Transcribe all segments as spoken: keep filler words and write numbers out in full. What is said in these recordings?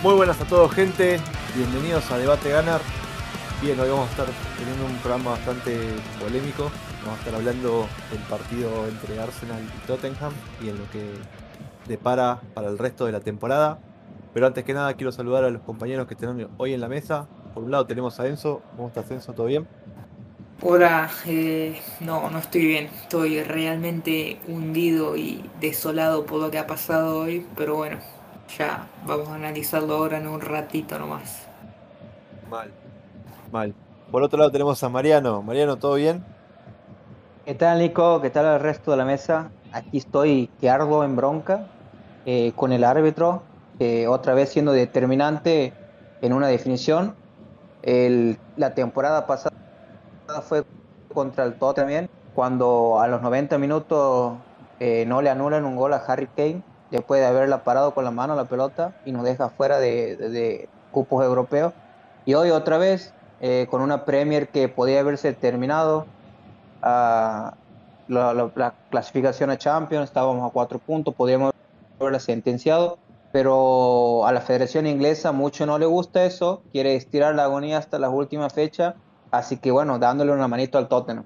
Muy buenas a todos, gente. Bienvenidos a Debate Ganar. Bien, hoy vamos a estar teniendo un programa bastante polémico. Vamos a estar hablando del partido entre Arsenal y Tottenham y en lo que depara para el resto de la temporada. Pero antes que nada, quiero saludar a los compañeros que tenemos hoy en la mesa. Por un lado tenemos a Enzo. ¿Cómo estás, Enzo? ¿Todo bien? Hola, eh, no, no estoy bien, estoy realmente hundido y desolado por lo que ha pasado hoy, pero bueno, ya vamos a analizarlo ahora en un ratito nomás. Mal, mal. Por otro lado tenemos a Mariano. Mariano, ¿todo bien? ¿Qué tal, Nico? ¿Qué tal el resto de la mesa? Aquí estoy que ardo en bronca eh, con el árbitro, que otra vez siendo determinante en una definición. El- la temporada pasada fue contra el Tottenham también, cuando a los noventa minutos eh, no le anulan un gol a Harry Kane después de haberla parado con la mano a la pelota y nos deja fuera de, de- de cupos europeos. Y hoy otra vez eh, con una Premier que podía haberse terminado a la, la- la clasificación a Champions, estábamos a cuatro puntos, podíamos haberla sentenciado, pero a la Federación Inglesa mucho no le gusta eso, quiere estirar la agonía hasta las últimas fechas, así que bueno, dándole una manito al Tottenham.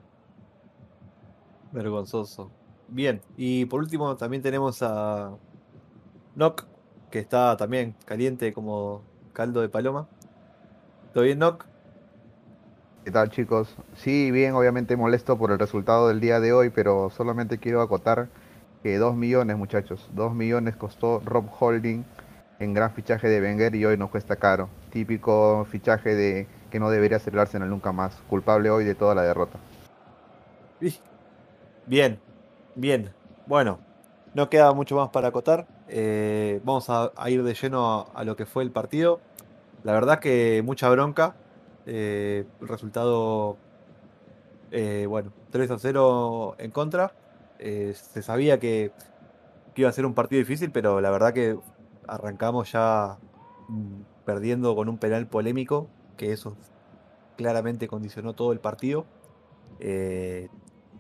Vergonzoso. Bien, y por último también tenemos a Nock, que está también caliente como caldo de paloma. ¿Todo bien, Nock? ¿Qué tal, chicos? Sí, bien, obviamente molesto por el resultado del día de hoy, pero solamente quiero acotar que dos millones, muchachos, dos millones costó Rob Holding en gran fichaje de Wenger y hoy nos cuesta caro. Típico fichaje de que no debería ser el Arsenal nunca más. Culpable hoy de toda la derrota. Ih, bien, bien. Bueno, no queda mucho más para acotar. Eh, vamos a, a ir de lleno a, a lo que fue el partido. La verdad que mucha bronca. Eh, el resultado, eh, bueno, tres a cero en contra. Eh, se sabía que, que iba a ser un partido difícil, pero la verdad que arrancamos ya mm, perdiendo con un penal polémico, que eso claramente condicionó todo el partido. Eh,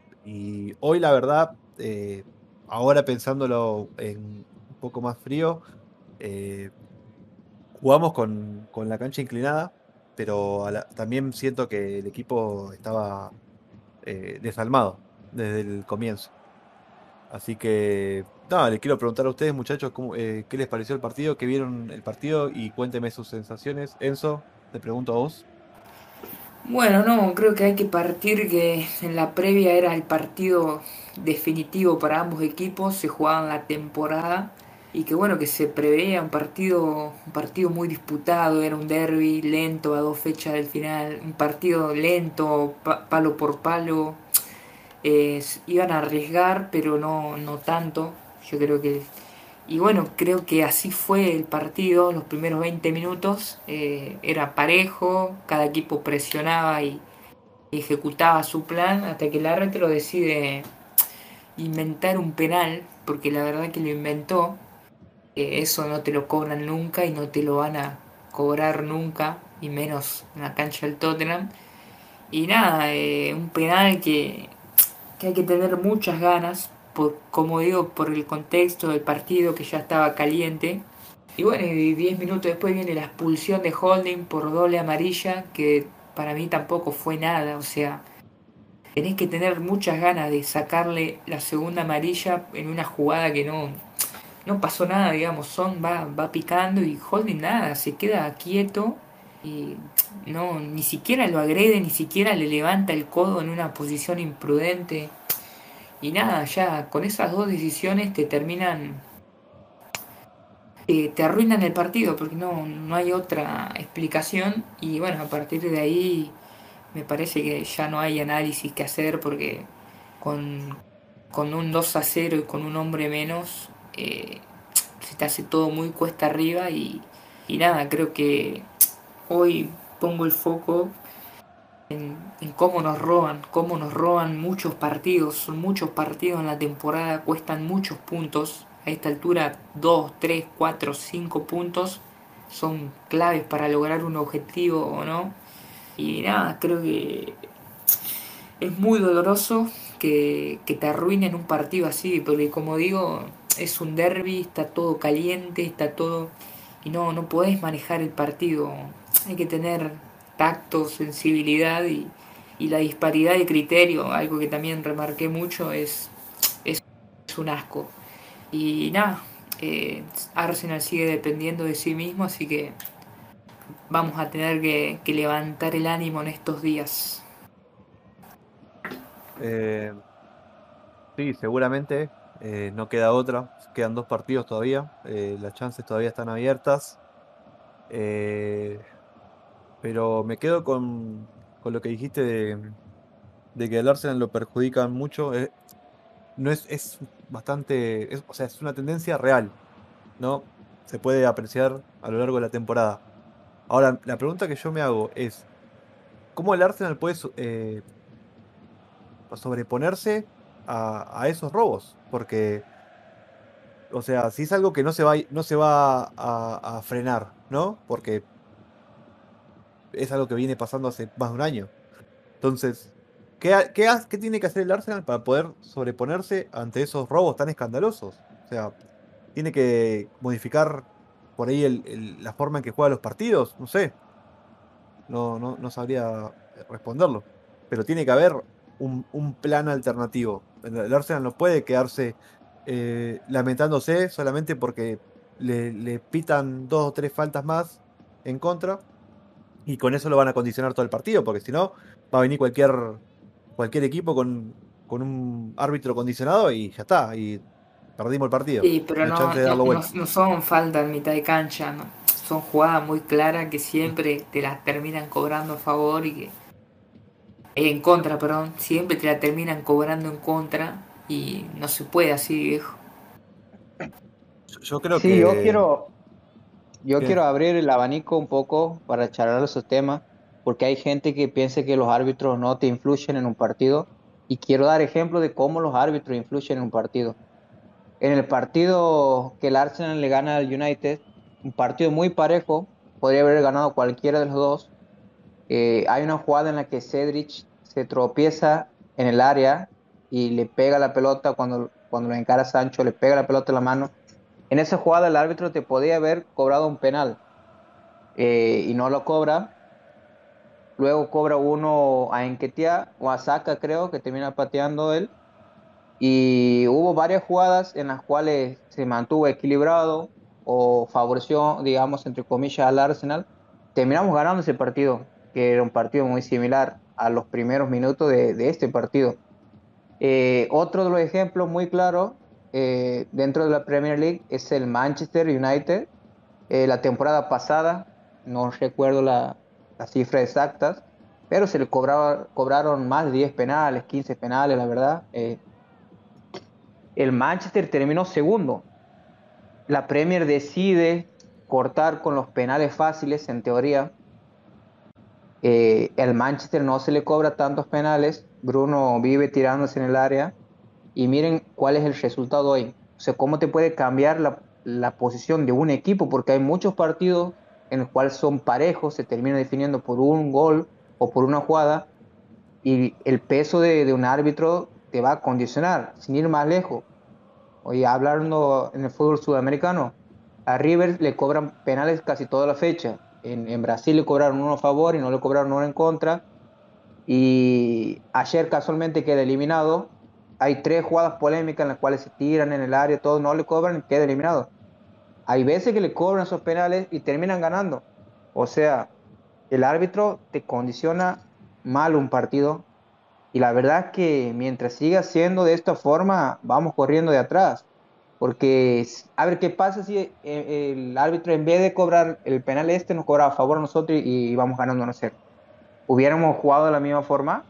y hoy, la verdad, eh, ahora pensándolo en un poco más frío, eh, jugamos con, con la cancha inclinada, pero a la- también siento que el equipo estaba eh, desalmado desde el comienzo. Así que, nada, les quiero preguntar a ustedes, muchachos, cómo, eh, qué les pareció el partido, qué vieron el partido y cuénteme sus sensaciones. Enzo, te pregunto a vos. Bueno, no, creo que hay que partir que en la previa era el partido definitivo para ambos equipos, se jugaba en la temporada y que bueno, que se preveía un partido, un partido muy disputado, era un derby lento a dos fechas del final, un partido lento, pa- palo por palo, eh, iban a arriesgar, pero no, no tanto. Yo creo que. Y bueno, creo que así fue el partido. Los primeros veinte minutos eh, era parejo, cada equipo presionaba y ejecutaba su plan hasta que el árbitro decide inventar un penal, porque la verdad que lo inventó. Eh, eso no te lo cobran nunca y no te lo van a cobrar nunca, y menos en la cancha del Tottenham. Y nada, eh, un penal que que hay que tener muchas ganas, por, como digo, por el contexto del partido que ya estaba caliente. Y bueno, y diez minutos después viene la expulsión de Holding por doble amarilla, que para mí tampoco fue nada. O sea, tenés que tener muchas ganas de sacarle la segunda amarilla en una jugada que no, no pasó nada, digamos. Son va, va picando y Holding nada, se queda quieto y no, ni siquiera lo agrede, ni siquiera le levanta el codo en una posición imprudente. Y nada, ya con esas dos decisiones te terminan, eh, te arruinan el partido porque no, no hay otra explicación. Y bueno, a partir de ahí me parece que ya no hay análisis que hacer porque con, con un dos a cero y con un hombre menos eh, se te hace todo muy cuesta arriba. Y, y nada, creo que hoy pongo el foco en, en cómo nos roban, cómo nos roban muchos partidos. Son muchos partidos en la temporada, cuestan muchos puntos. A esta altura, dos tres cuatro cinco puntos son claves para lograr un objetivo o no. Y nada, creo que es muy doloroso que, que te arruinen un partido así, porque como digo, es un derby, está todo caliente, está todo. y no, no podés manejar el partido. Hay que tener tacto, sensibilidad y, y la disparidad de criterio, algo que también remarqué mucho, es, es un asco. Y nada, eh, Arsenal sigue dependiendo de sí mismo, así que vamos a tener que, que levantar el ánimo en estos días. Eh, sí, seguramente eh, no queda otra. Quedan dos partidos todavía. Eh, las chances todavía están abiertas. Eh, pero me quedo con, con lo que dijiste de, de que el Arsenal lo perjudican mucho. Eh, no es, es bastante, es- o sea, es una tendencia real, ¿no? Se puede apreciar a lo largo de la temporada. Ahora, la pregunta que yo me hago es, ¿cómo el Arsenal puede so- eh, sobreponerse a, a esos robos? Porque, o sea, si es algo que no se va, no se va a, a frenar, ¿no? Porque es algo que viene pasando hace más de un año. Entonces, ¿qué, ha- qué, ha- qué tiene que hacer el Arsenal para poder sobreponerse ante esos robos tan escandalosos? O sea, tiene que modificar por ahí el- el- la forma en que juega los partidos, no sé, no, no, no sabría responderlo. Pero tiene que haber un, un plan alternativo. El, el Arsenal no puede quedarse eh, lamentándose solamente porque le, le pitan dos o tres faltas más en contra y con eso lo van a condicionar todo el partido, porque si no, va a venir cualquier, cualquier equipo con, con un árbitro condicionado y ya está, y perdimos el partido. Sí, pero No hay no, chance de no, darlo no, vuelta. no son faltas en mitad de cancha, ¿no? Son jugadas muy claras que siempre te las terminan cobrando a favor y que eh, en contra, perdón, siempre te la terminan cobrando en contra y no se puede así, viejo. Yo, yo creo Sí, yo que... quiero, yo ¿Qué? quiero abrir el abanico un poco para charlar esos temas, porque hay gente que piensa que los árbitros no te influyen en un partido, y quiero dar ejemplo de cómo los árbitros influyen en un partido. En el partido que el Arsenal le gana al United, un partido muy parejo, podría haber ganado cualquiera de los dos. Eh, hay una jugada en la que Cedric se tropieza en el área y le pega la pelota cuando, cuando lo encara Sancho, le pega la pelota en la mano. En esa jugada el árbitro te podía haber cobrado un penal, eh, y no lo cobra. Luego cobra uno a Enquetia o a Saka, creo, que termina pateando él. Y hubo varias jugadas en las cuales se mantuvo equilibrado o favoreció, digamos, entre comillas, al Arsenal. Terminamos ganando ese partido, que era un partido muy similar a los primeros minutos de, de este partido. Eh, otro de los ejemplos muy claros, eh, dentro de la Premier League, es el Manchester United. Eh, la temporada pasada, no recuerdo la, la cifra exacta, pero se le cobraba, cobraron más de diez penales, quince penales, la verdad. Eh, el Manchester terminó segundo. La Premier decide cortar con los penales fáciles, en teoría. Eh, el Manchester no se le cobra tantos penales. Bruno vive tirándose en el área. Y miren cuál es el resultado hoy. O sea, cómo te puede cambiar la, la posición de un equipo, porque hay muchos partidos en los cuales son parejos, se termina definiendo por un gol o por una jugada, y el peso de, de un árbitro te va a condicionar, sin ir más lejos. Hoy hablando en el fútbol sudamericano, a River le cobran penales casi toda la fecha. En, en Brasil le cobraron uno a favor y no le cobraron uno en contra. Y ayer casualmente queda eliminado. Hay tres jugadas polémicas en las cuales se tiran en el área, todos no le cobran y queda eliminado. Hay veces que le cobran esos penales y terminan ganando. O sea, el árbitro te condiciona mal un partido, y la verdad es que mientras siga siendo de esta forma, vamos corriendo de atrás. Porque, s- a ver, ¿qué pasa si eh, el árbitro en vez de cobrar el penal este nos cobra a favor a nosotros y, y vamos ganando uno cero? ¿Hubiéramos jugado de la misma forma?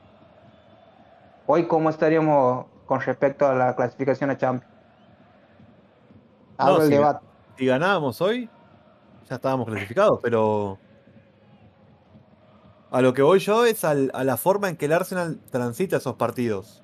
Hoy, ¿cómo estaríamos con respecto a la clasificación a Champions? No, Abro el si, ga- debate. si ganábamos hoy, ya estábamos clasificados, pero a lo que voy yo es al- a la forma en que el Arsenal transita esos partidos.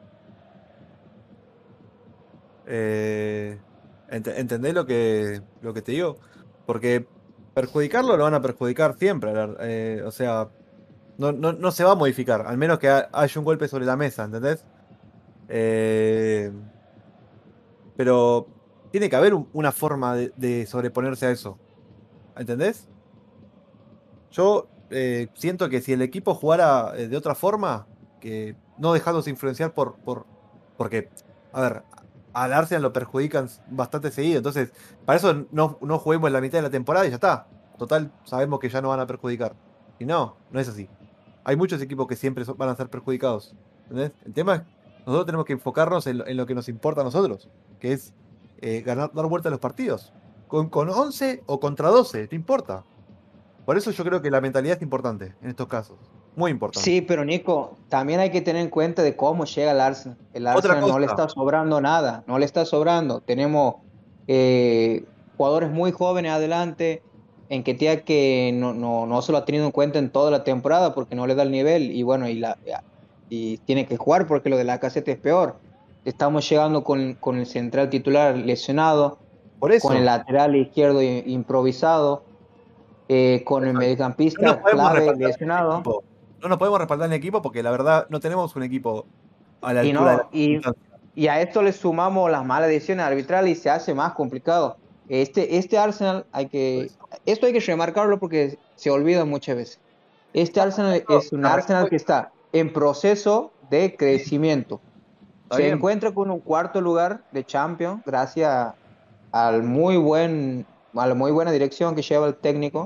Eh, ent- ¿entendés lo que, lo que te digo? Porque perjudicarlo lo van a perjudicar siempre. al- eh, o sea, no, no, no se va a modificar, al menos que ha- haya un golpe sobre la mesa, ¿entendés? Eh, pero tiene que haber un- una forma de, de sobreponerse a eso. ¿Entendés? Yo eh, siento que si el equipo jugara eh, de otra forma, que no dejándose influenciar por, por. Porque, a ver, al Arsenal lo perjudican bastante seguido. Entonces, para eso no, no juguemos la mitad de la temporada y ya está. Total, sabemos que ya no van a perjudicar. Y no, no es así. Hay muchos equipos que siempre son- van a ser perjudicados. ¿Entendés? El tema es, nosotros tenemos que enfocarnos en lo, en lo que nos importa a nosotros, que es eh, ganar, dar vuelta a los partidos. Con, con once o contra doce, no importa. Por eso yo creo que la mentalidad es importante en estos casos. Muy importante. Sí, pero Nico, también hay que tener en cuenta de cómo llega el Arsenal. El Otra Arsenal no le cosa, está sobrando nada, no le está sobrando. Tenemos eh, jugadores muy jóvenes adelante, en que tía que no, no, no se lo ha tenido en cuenta en toda la temporada porque no le da el nivel y bueno, y, la, y tiene que jugar porque lo de la caseta es peor. Estamos llegando con, con el central titular lesionado, por con el eso, lateral izquierdo i- improvisado, eh, por con el eso, no nos mediocampista podemos clave respaldar en el lesionado. equipo. No nos podemos respaldar en el equipo porque la verdad no tenemos un equipo a la Y altura de no, la y, circunstancia. y a esto le sumamos las malas decisiones arbitrales y se hace más complicado. Este, este Arsenal hay Por que, eso. esto hay que remarcarlo porque se olvida muchas veces. Este Estamos Arsenal hablando es un de Arsenal que respuesta. está en proceso de Sí, crecimiento. está Se bien. encuentra con un cuarto lugar de Champions gracias al muy buen, a la muy buena dirección que lleva el técnico.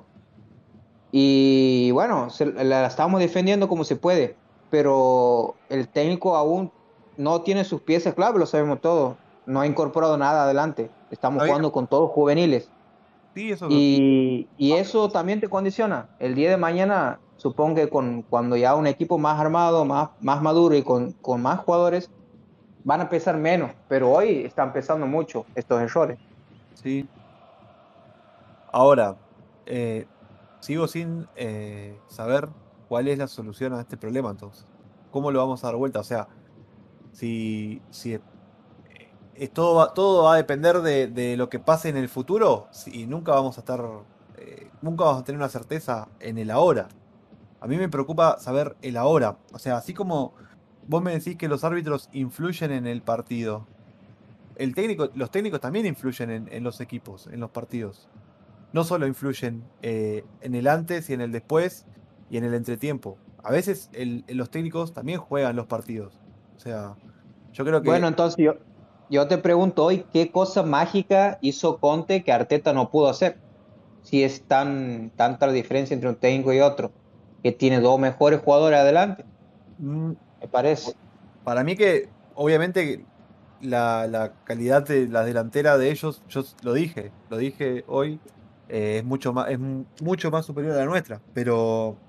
Y bueno, se- la estamos defendiendo como se puede, pero el técnico aún no tiene sus piezas clave, lo sabemos todos. No ha incorporado nada adelante. Estamos Está bien. jugando con todos juveniles. Sí, eso. Y, y eso también te condiciona. El día de mañana, supongo que con, cuando ya un equipo más armado, más, más maduro y con, con más jugadores, van a pesar menos. Pero hoy están pesando mucho estos errores. Sí. Ahora, eh, sigo sin eh, saber cuál es la solución a este problema entonces. ¿Cómo lo vamos a dar vuelta? O sea, si, si eh, es todo, va, todo va a depender de, de lo que pase en el futuro si- y nunca vamos a estar, eh, nunca vamos a tener una certeza en el ahora. A mí me preocupa saber el ahora. O sea, así como vos me decís que los árbitros influyen en el partido, el técnico, los técnicos también influyen en, en los equipos, en los partidos. No solo influyen eh, en el antes y en el después y en el entretiempo. A veces el- los técnicos también juegan los partidos. O sea, yo creo Bueno, que entonces yo, yo te pregunto hoy, ¿qué cosa mágica hizo Conte que Arteta no pudo hacer? Si es tan tanta la diferencia entre un técnico y otro, que tiene dos mejores jugadores adelante, mm, me parece. para mí que obviamente la, la calidad de la delantera de ellos, yo lo dije, lo dije hoy, eh, es mucho más, es mu- mucho más superior a la nuestra. Pero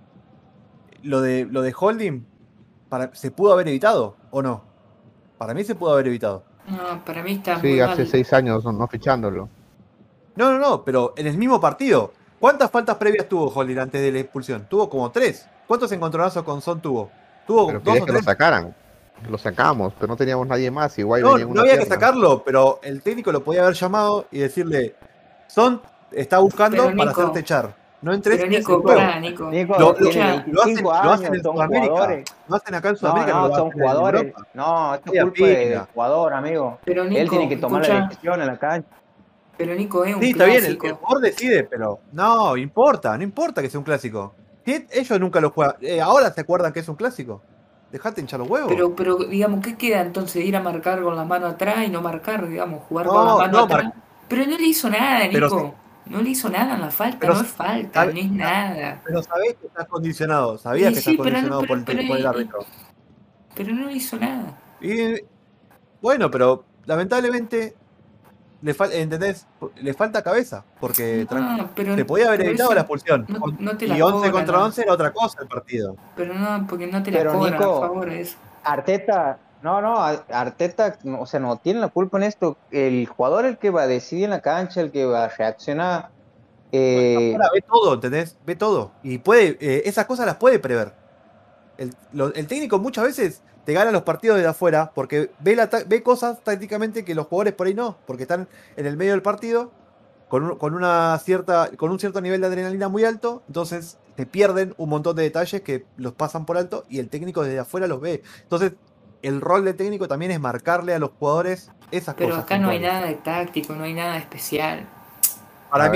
lo de lo de Holding, para, ¿se pudo haber evitado o no? Para mí se pudo haber evitado. No, para mí está muy Sí, hace mal. seis años no no fichándolo. No, no, no, pero en el mismo partido. ¿Cuántas faltas previas tuvo Holding antes de la expulsión? Tuvo como tres. ¿Cuántos encontronazos con Son tuvo? Tuvo Pero dos querías o que lo tres. sacaran. Lo sacamos, pero no teníamos nadie más. Igual No, venía en no una había que pierna. sacarlo, pero el técnico lo podía haber llamado y decirle, Son está Pero buscando para hacerte Nico, echar. No entres pero en ese Nico, juego. pará, Nico. Lo, Nico lo- tiene Escucha, lo hacen, veinticinco lo hacen años, en son Sudamérica. jugadores. Lo hacen acá en No, Sudamérica, no no, lo son hacen en jugadores. Europa. No, esto es Media culpa del pila. jugador, amigo. pero Él tiene Nico, que tomar la escucha, decisión en la cancha. pero Nico es un Sí, está bien, el, el clásico. jugador decide, pero no importa, no importa que sea un clásico. Sí, ellos nunca lo juegan. Eh, ahora se acuerdan que es un clásico. Dejate hinchar los huevos. Pero, pero, digamos, ¿qué queda entonces? Ir a marcar con la mano atrás y no marcar, digamos, jugar con la No, mano no, Mar- atrás. Pero no le hizo nada, pero, sí- Nico. No le hizo nada en la falta, pero, no es falta, sabe- ni es nada. pero sabés que estás condicionado. Sabías Y que estás sí, pero no, condicionado por pero, el, pero, te- por el y- y- árbitro. pero no le hizo nada. Y bueno, pero lamentablemente le fal- ¿entendés? Le falta cabeza. Porque tran- No, pero, se podía haber pero evitado eso la expulsión. no, Con- no te y la once cobran, contra ¿no? once era otra cosa el partido. Pero no, porque no te la Pero cobran a Nico, favor de eso. Arteta, no, no, Ar- Arteta, no, o sea, no tiene la culpa en esto. El jugador el que va a decidir en la cancha, el que va a reaccionar. eh, Ahora ve todo, ¿entendés? Ve todo. Y puede, eh, esas cosas las puede prever. El, lo- el técnico muchas veces te gana los partidos desde afuera porque ve, la ta- ve cosas tácticamente que los jugadores por ahí no, porque están en el medio del partido con, un, con, una cierta, con un cierto nivel de adrenalina muy alto, entonces te pierden un montón de detalles que los pasan por alto y el técnico desde afuera los ve. Entonces, el rol del técnico también es marcarle a los jugadores esas Pero cosas acá no hay puntuales. nada de táctico, no hay nada de especial. Para A mí, ver,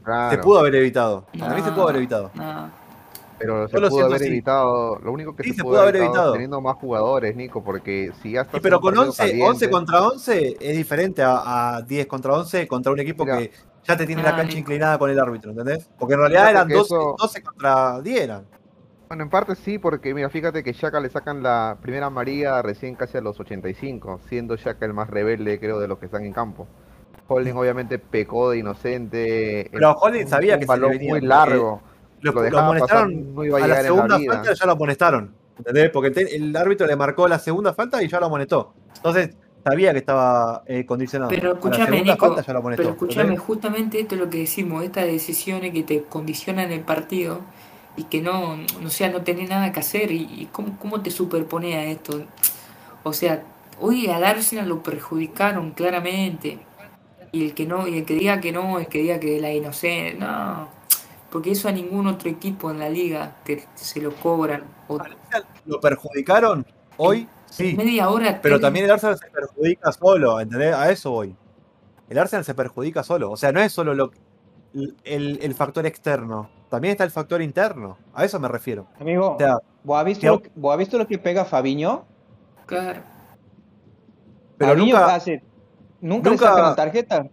Se pudo haber evitado. Para mí se pudo haber No, evitado. no. Pero Yo se lo pudo siento haber así. evitado, lo único que Sí, se, se pudo pudo haber haber evitado es evitado. teniendo más jugadores, Nico, porque si ya Sí, estás en pero un con partido once, once caliente, contra once es diferente a, a diez contra once contra un equipo mira, que ya te tiene la Ah, cancha Nico. inclinada con el árbitro, ¿entendés? Porque en realidad fíjate eran que doce, eso, doce contra diez eran. bueno, en parte sí, porque mira, fíjate que Shaka le sacan la primera amarilla recién casi a los ochenta y cinco, siendo Shaka el más rebelde, creo, de los que están en campo. Holding obviamente pecó de inocente, el- Pero Holding un, sabía un que se le balón venía, muy porque largo, lo, lo lo dejaba pasar, amonestaron no iba a a la llegar en la segunda vida. falta, ya lo amonestaron, ¿entendés? Porque el, te- el árbitro le marcó la segunda falta y ya lo amonestó. Entonces, sabía que estaba eh, condicionado. Pero A la escúchame, segunda falta Nico, ya lo pero amonestó, escúchame, ¿entendés? justamente esto es lo que decimos, estas decisiones que te condicionan el partido y que no, no sea, no tenés nada que hacer y, y cómo, cómo te superpone a esto. O sea, hoy al Arsenal lo perjudicaron claramente y el que no, y el que diga que no, el que diga que la inocente, no, porque eso a ningún otro equipo en la liga te, se lo cobran. O Al Arsenal lo perjudicaron en, hoy, en sí. media hora Pero tres. también el Arsenal se perjudica solo, ¿entendés? A eso voy. El Arsenal se perjudica solo. O sea, no es solo lo, el, el factor externo. También está el factor interno. A eso me refiero. O Amigo, sea, ¿vos has si visto a- lo que, vos has visto lo que pega Fabiño? Claro. pero Fabiño nunca, hace, nunca le sacan la nunca, tarjeta.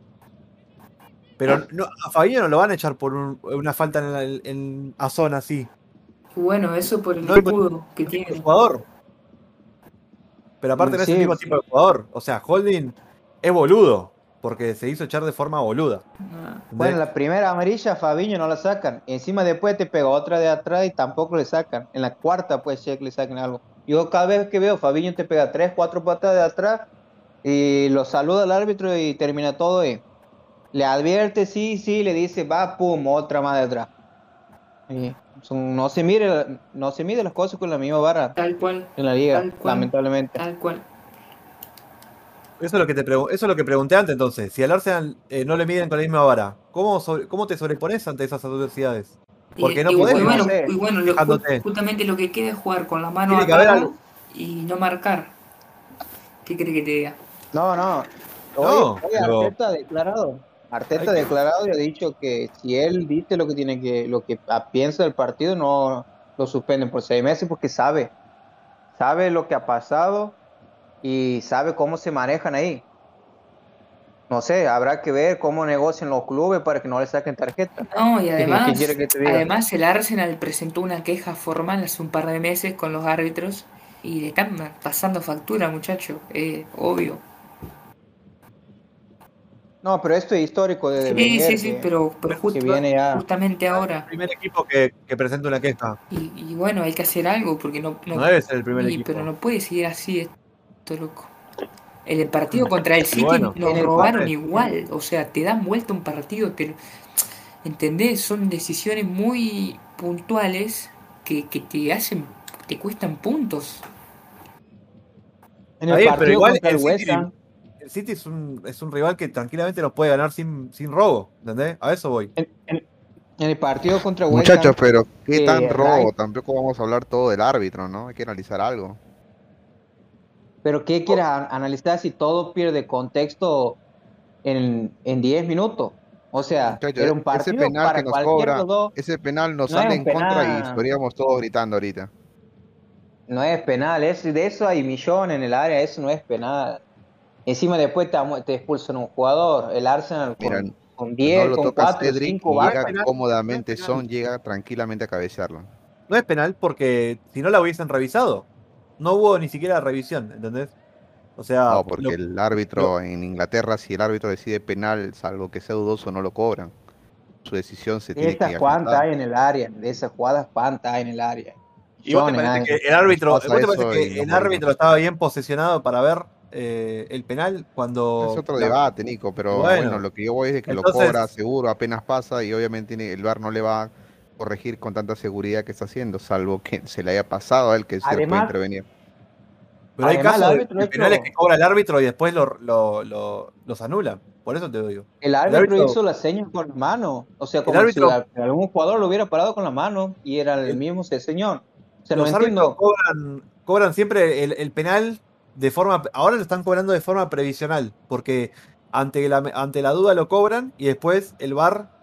pero no, a Fabinho no lo van a echar por un- una falta en, la- en- a zona así. Bueno, eso por el No es el escudo que mismo tipo de tiene. jugador. Pero aparte Mm, no es el Sí, mismo tipo de jugador. O sea, Holding es boludo. Porque se hizo echar de forma boluda. Ah, bueno, ¿Entendés? la primera amarilla Fabiño no la sacan. Encima después te pega otra de atrás y tampoco le sacan. En la cuarta puede ser que le saquen algo. Yo cada vez que veo Fabiño te pega tres, cuatro patas de atrás y lo saluda al árbitro y termina todo y le advierte, sí, sí, le dice, va, pum, otra más de atrás. Y son- no se mire, no se mide las cosas con la misma vara tal cual, en la liga, tal cual, lamentablemente. tal cual. Eso es lo que te pregu- eso es lo que pregunté antes entonces. Si al Arsenal eh, no le miden con la misma vara, ¿cómo, sobre- cómo te sobrepones ante esas adversidades? Y, Porque y- no Y podés y bueno, no vivir bueno, sé, y bueno lo- ju- quejándote. justamente lo que queda es jugar con la mano Tiene que haber atada algo. y no marcar. ¿Qué crees que te diga? no, no. Hoy, No, hoy pero Arteta ha declarado, hay Arteta ha que. declarado y ha dicho que si él dice lo que tiene que, lo que ah, piensa del partido, no lo suspenden por seis meses porque sabe, sabe lo que ha pasado y sabe cómo se manejan ahí. No sé, habrá que ver cómo negocian los clubes para que no le saquen tarjeta. No, y ¿Qué, qué quiere además, que te diga? además el Arsenal presentó una queja formal hace un par de meses con los árbitros y le están pasando factura, muchacho, eh, obvio. No, pero esto es histórico de Sí, sí, Wenger, sí, que, pero, pero que justo, viene ya. justamente No es el ahora. primer equipo que, que presenta una queja. Y, y bueno, hay que hacer algo porque no, no, No debe ser el primer y, pero equipo. no puede seguir así esto, loco. En el partido contra el Y City bueno, nos En el, pa- robaron aparte, igual, o sea, te dan vuelta un partido, te, ¿entendés? Son decisiones muy puntuales que, que te hacen, te cuestan puntos. en está el bien, pero partido igual contra el el West City, Ham, el City es un, es un rival que tranquilamente nos puede ganar sin, sin robo. ¿Entendés? A eso voy. en, en- en el partido contra West Muchachos, Ham, pero qué tan eh, robo, Rice, tampoco vamos a hablar todo del árbitro, ¿no? Hay que analizar algo. pero ¿qué quieres a- analizar si todo pierde contexto en, en diez minutos? O sea, Muchachos, era un ese partido penal que para nos cualquiera de cobra, los dos. ese penal nos No es sale un en contra y penal, estaríamos todos gritando ahorita. no es penal, es, de eso hay millones en el área, eso no es penal. Encima después te, amu- te expulsan un jugador, el Arsenal Mira, con, con no diez, lo con toca cuatro, Cedric cinco y No es llega bajas. penal, no es cómodamente, penal. Son llega tranquilamente a cabecearlo. No es penal porque si no la hubiesen revisado. No hubo ni siquiera revisión, ¿entendés? O sea, No, porque lo, el lo- árbitro en Inglaterra, si el árbitro decide penal, salvo que sea dudoso, no lo cobran. Su decisión se De tiene esas que cuantas acatar. hay en el área, de esas jugadas cuantas hay en el área. ¿Y vos te Millones parece hay. que el Nos árbitro, pasa vos te parece eso y que nos el árbitro morimos. estaba bien posicionado para ver eh, el penal Es cuando otro la- debate, Nico, pero bueno, bueno, lo que yo voy es de que lo cobra entonces, seguro, apenas pasa y obviamente tiene- el V A R no le va a corregir con tanta seguridad que está haciendo, salvo que se le haya pasado a él que se le puede Además, intervenir. pero hay además el casos de, árbitro ha de penales que hecho, cobra el árbitro y después lo, lo- lo- los anulan. Por eso te digo. el El árbitro árbitro, hizo la seña con la mano. O sea, el como si árbitro, a- algún jugador lo hubiera parado con la mano y era el el- mismo ese señor. O sea, no los árbitros entiendo. cobran, cobran siempre el, el penal de forma, ahora lo están cobrando de forma previsional, porque ante la, ante la duda lo cobran y después el V A R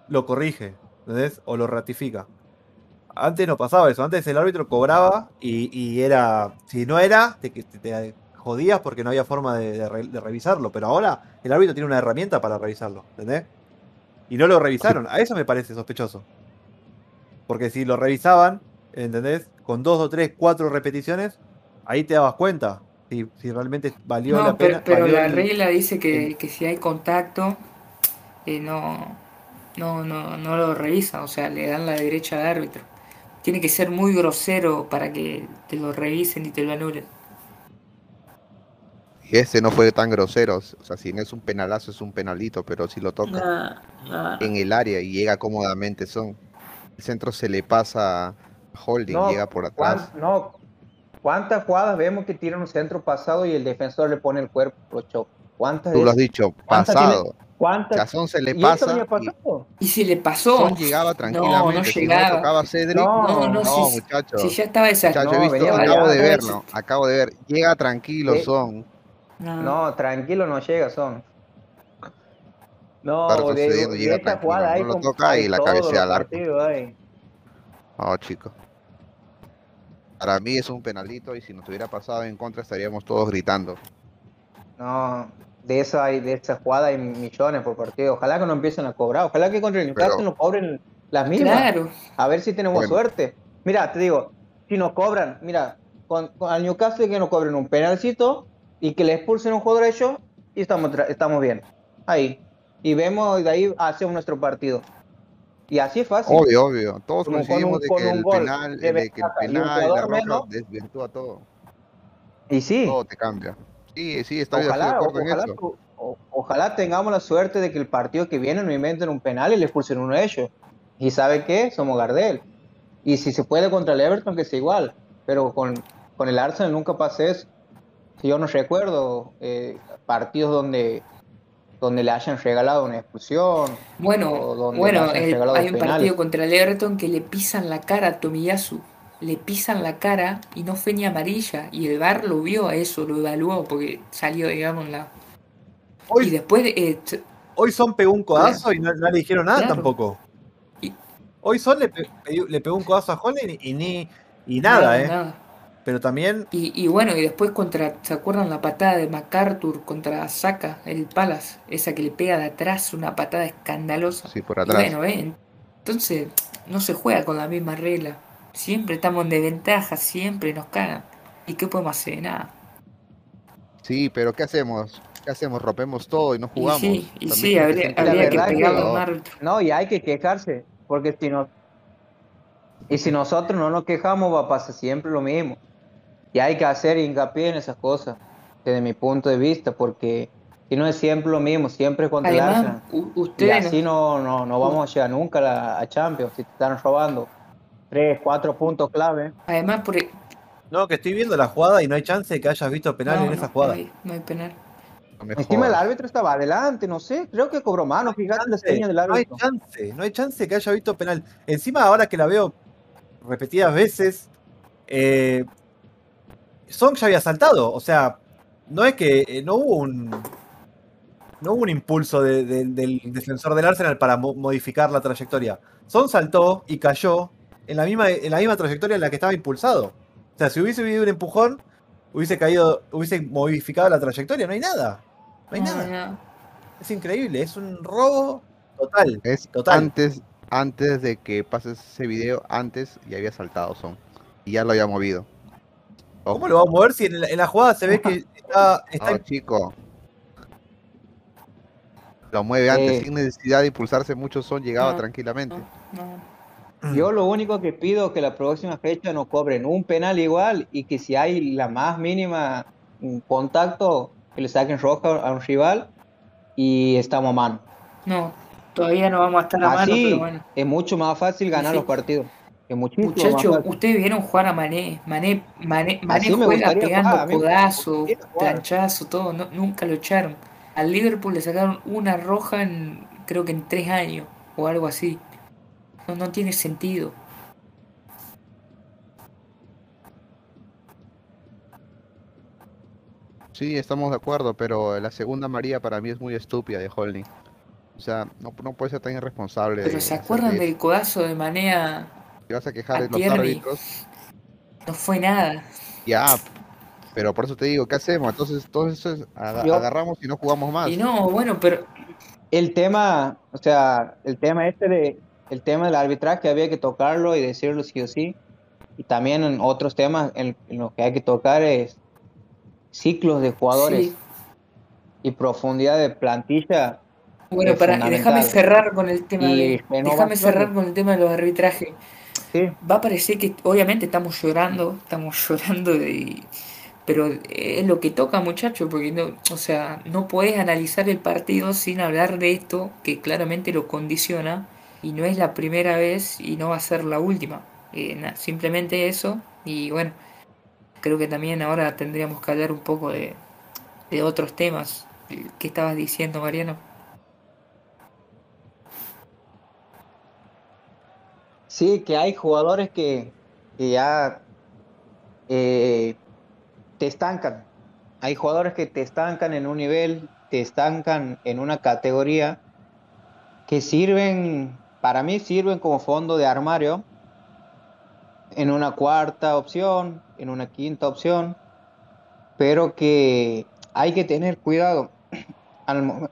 lo corrige, ¿entendés? O lo ratifica. Antes no pasaba eso, antes el árbitro cobraba y, y era, si no era, te, te, te jodías porque no había forma de, de, re, de revisarlo, pero ahora el árbitro tiene una herramienta para revisarlo, ¿entendés? Y no lo Sí, revisaron, a eso me parece sospechoso. Porque si lo revisaban, ¿entendés? Con dos o tres, cuatro repeticiones, ahí te dabas cuenta si, si realmente valió la No, pero, pena, pero valió la el, regla dice el- que, que si hay contacto, eh, no, no, no, no lo revisan, o sea, le dan la derecha al árbitro. Tiene que ser muy grosero para que te lo revisen y te lo anulen. y este no fue tan grosero, o sea, si no es un penalazo, es un penalito, pero si lo toca No, no, no. en el área y llega cómodamente, son. El centro se le pasa a Holding, llega No, por ¿cuán- atrás. no, ¿cuántas jugadas vemos que tiran un centro pasado y el defensor le pone el cuerpo, lo choca? ¿Cuántas Tú de lo has esas? dicho, ¿Cuántas tiene? pasado. O ¿Cuántas? sea, Son se le Y esto no pasa había y pasado. ¿Y si le pasó? Son llegaba No, no tranquilamente. Si no lo llegaba. tocaba Cedric, No, no, No, si, no, si muchacho. ya estaba esa, Muchacho, he no, visto, venía ya acabo de variando. estaba esa. verlo, acabo de ver. Llega tranquilo, Eh, son. No. no, tranquilo, no llega, son. Está No, de, retrocediendo, de llega esa tranquilo. jugada No hay, lo como- toca y hay la todos cabecea los al arco. partidos, hay. No, chico. Para mí es un penalito y si nos hubiera pasado en contra estaríamos todos gritando. No, de esa hay, de esa jugada hay millones por partido. Ojalá que no empiecen a cobrar. Ojalá que contra el Newcastle Pero no cobren las mínimas. Claro. A ver si tenemos bueno, suerte. Mira, te digo, si nos cobran, mira, con, con al Newcastle que nos cobren un penalcito y que le expulsen un jugador a ellos y estamos, tra- estamos bien. Ahí. Y vemos y de ahí hacemos nuestro partido. Y así es fácil. obvio, obvio. Todos Como con coincidimos un, de con que un el gol penal, de el de que el ventaja y un penal y la jugador roja menos. desvirtúa todo. Y sí. Todo te cambia. Sí, sí, estoy, estoy de Ojalá, o- acuerdo en ojalá, eso. tu- o- ojalá tengamos la suerte de que el partido que viene no inventen un penal y le expulsen uno de ellos. ¿Y sabe qué? Somos Gardel. Y si se puede contra el Everton, que sea igual. Pero con, con el Arsenal nunca pasé eso. Si yo no recuerdo eh, partidos donde, donde le hayan regalado una expulsión Bueno, o donde le bueno, hayan el- regalado hay un partido penales. contra el Everton que le pisan la cara a Tomiyasu. Le pisan la cara y no fue ni amarilla. Y el V A R lo vio a eso, lo evaluó porque salió, digamos, en la... Y Hoy, después, eh, t- hoy Son pegó un cla- codazo y no, no le dijeron nada claro, tampoco. y Hoy Son le, pe- pe- le pegó un codazo a Holding y, y ni y nada, nada, ¿eh? nada. Pero también, Y, y bueno, y después contra, ¿se acuerdan la patada de MacArthur contra Saka, el Palace? Esa que le pega de atrás, una patada escandalosa. Sí, por Y atrás. bueno, ¿eh? Entonces, no se juega con la misma regla. Siempre estamos en desventaja, siempre nos cagan. ¿Y qué podemos hacer? Nada. Sí, pero ¿qué hacemos? ¿Qué hacemos? Rompemos todo y no Y sí, jugamos. y También sí, tiene que habría, ser Y la habría que inteligente verdad el pegarle a que, un jugador. árbitro. no, y hay que quejarse, porque si no, y si nosotros no nos quejamos va a pasar siempre lo mismo. Y hay que hacer hincapié en esas cosas, desde mi punto de vista, porque si no es siempre lo mismo, siempre es contra el Además, Arsenal. u- Y ustedes así no... no, no, no u- vamos a llegar nunca a, la, a Champions, si te están robando tres, cuatro puntos clave. Además, por... e- no, que estoy viendo la jugada y no hay chance de que hayas visto penal en No, esa no, no jugada. hay, no hay penal. No me Encima el jodas. árbitro estaba adelante, no sé, creo que cobró No mano, hay fíjate la chance, seña del no hay árbitro. chance, no hay chance de que haya visto penal. Encima, ahora que la veo repetidas veces, eh, Song ya había saltado. O sea, no es que eh, no hubo un. No hubo un impulso de- de- del defensor del Arsenal para mo- modificar la trayectoria. Son saltó y cayó en la, misma, en la misma trayectoria en la que estaba impulsado. O sea, si hubiese habido un empujón, hubiese caído, hubiese modificado la trayectoria. No hay nada. No hay No, no, nada. no. Es increíble. Es un robo total. Es Total. antes, antes de que pases ese video, antes ya había saltado Son. Y ya lo había movido. Ojo. ¿Cómo lo va a mover si en la, en la jugada se ve que está, está No, chico. Lo mueve antes, Eh, sin necesidad de impulsarse mucho Son, llegaba No, tranquilamente. no. yo lo único que pido es que la próxima fecha no cobren un penal igual y que si hay la más mínima mm, contacto, que le saquen roja a un rival y estamos a mano. No, todavía no vamos a estar a mano, pero Así bueno. es mucho más fácil ganar sí. los partidos. Es muchísimo más Muchachos, fácil. ustedes vieron jugar a Mané. Mané, Mané, Mané Así me juega gustaría jugar. pegando A mí me codazo, gustaría jugar. planchazo, todo. No- nunca lo echaron. Al Liverpool le sacaron una roja en, creo que en tres años o algo así. No, no tiene sentido. Sí, estamos de acuerdo, pero la segunda María para mí es muy estúpida de Holding. O sea, no, no puede ser tan irresponsable Pero ¿se de acuerdan hacerte eso. del codazo de Manea Te vas a quejar a de los Tierney? árbitros, No fue nada. ya, pero por eso te digo, ¿qué hacemos? Entonces, entonces aga- Yo, agarramos y no jugamos Y más. no, bueno, pero el tema, o sea, el tema este de, el tema del arbitraje había que tocarlo y decirlo sí o sí. Y también en otros temas en, en los que hay que tocar es ciclos de sí. jugadores y profundidad de plantilla Bueno, es para, y déjame fundamental. cerrar con el tema Y de. Déjame renovaciones, cerrar con el tema de los arbitrajes. sí, Va a parecer que obviamente estamos llorando, estamos llorando de, pero es lo que toca, muchacho, porque no, o sea, no podés analizar el partido sin hablar de esto que claramente lo condiciona y no es la primera vez y no va a ser la última. Eh, na- simplemente eso y bueno, creo que también ahora tendríamos que hablar un poco de, de otros temas. ¿Qué estabas diciendo, Mariano? sí, que hay jugadores que, que ya eh, te estancan. Hay jugadores que te estancan en un nivel, te estancan en una categoría que sirven, para mí sirven como fondo de armario en una cuarta opción, en una quinta opción, pero que hay que tener cuidado. Al mo-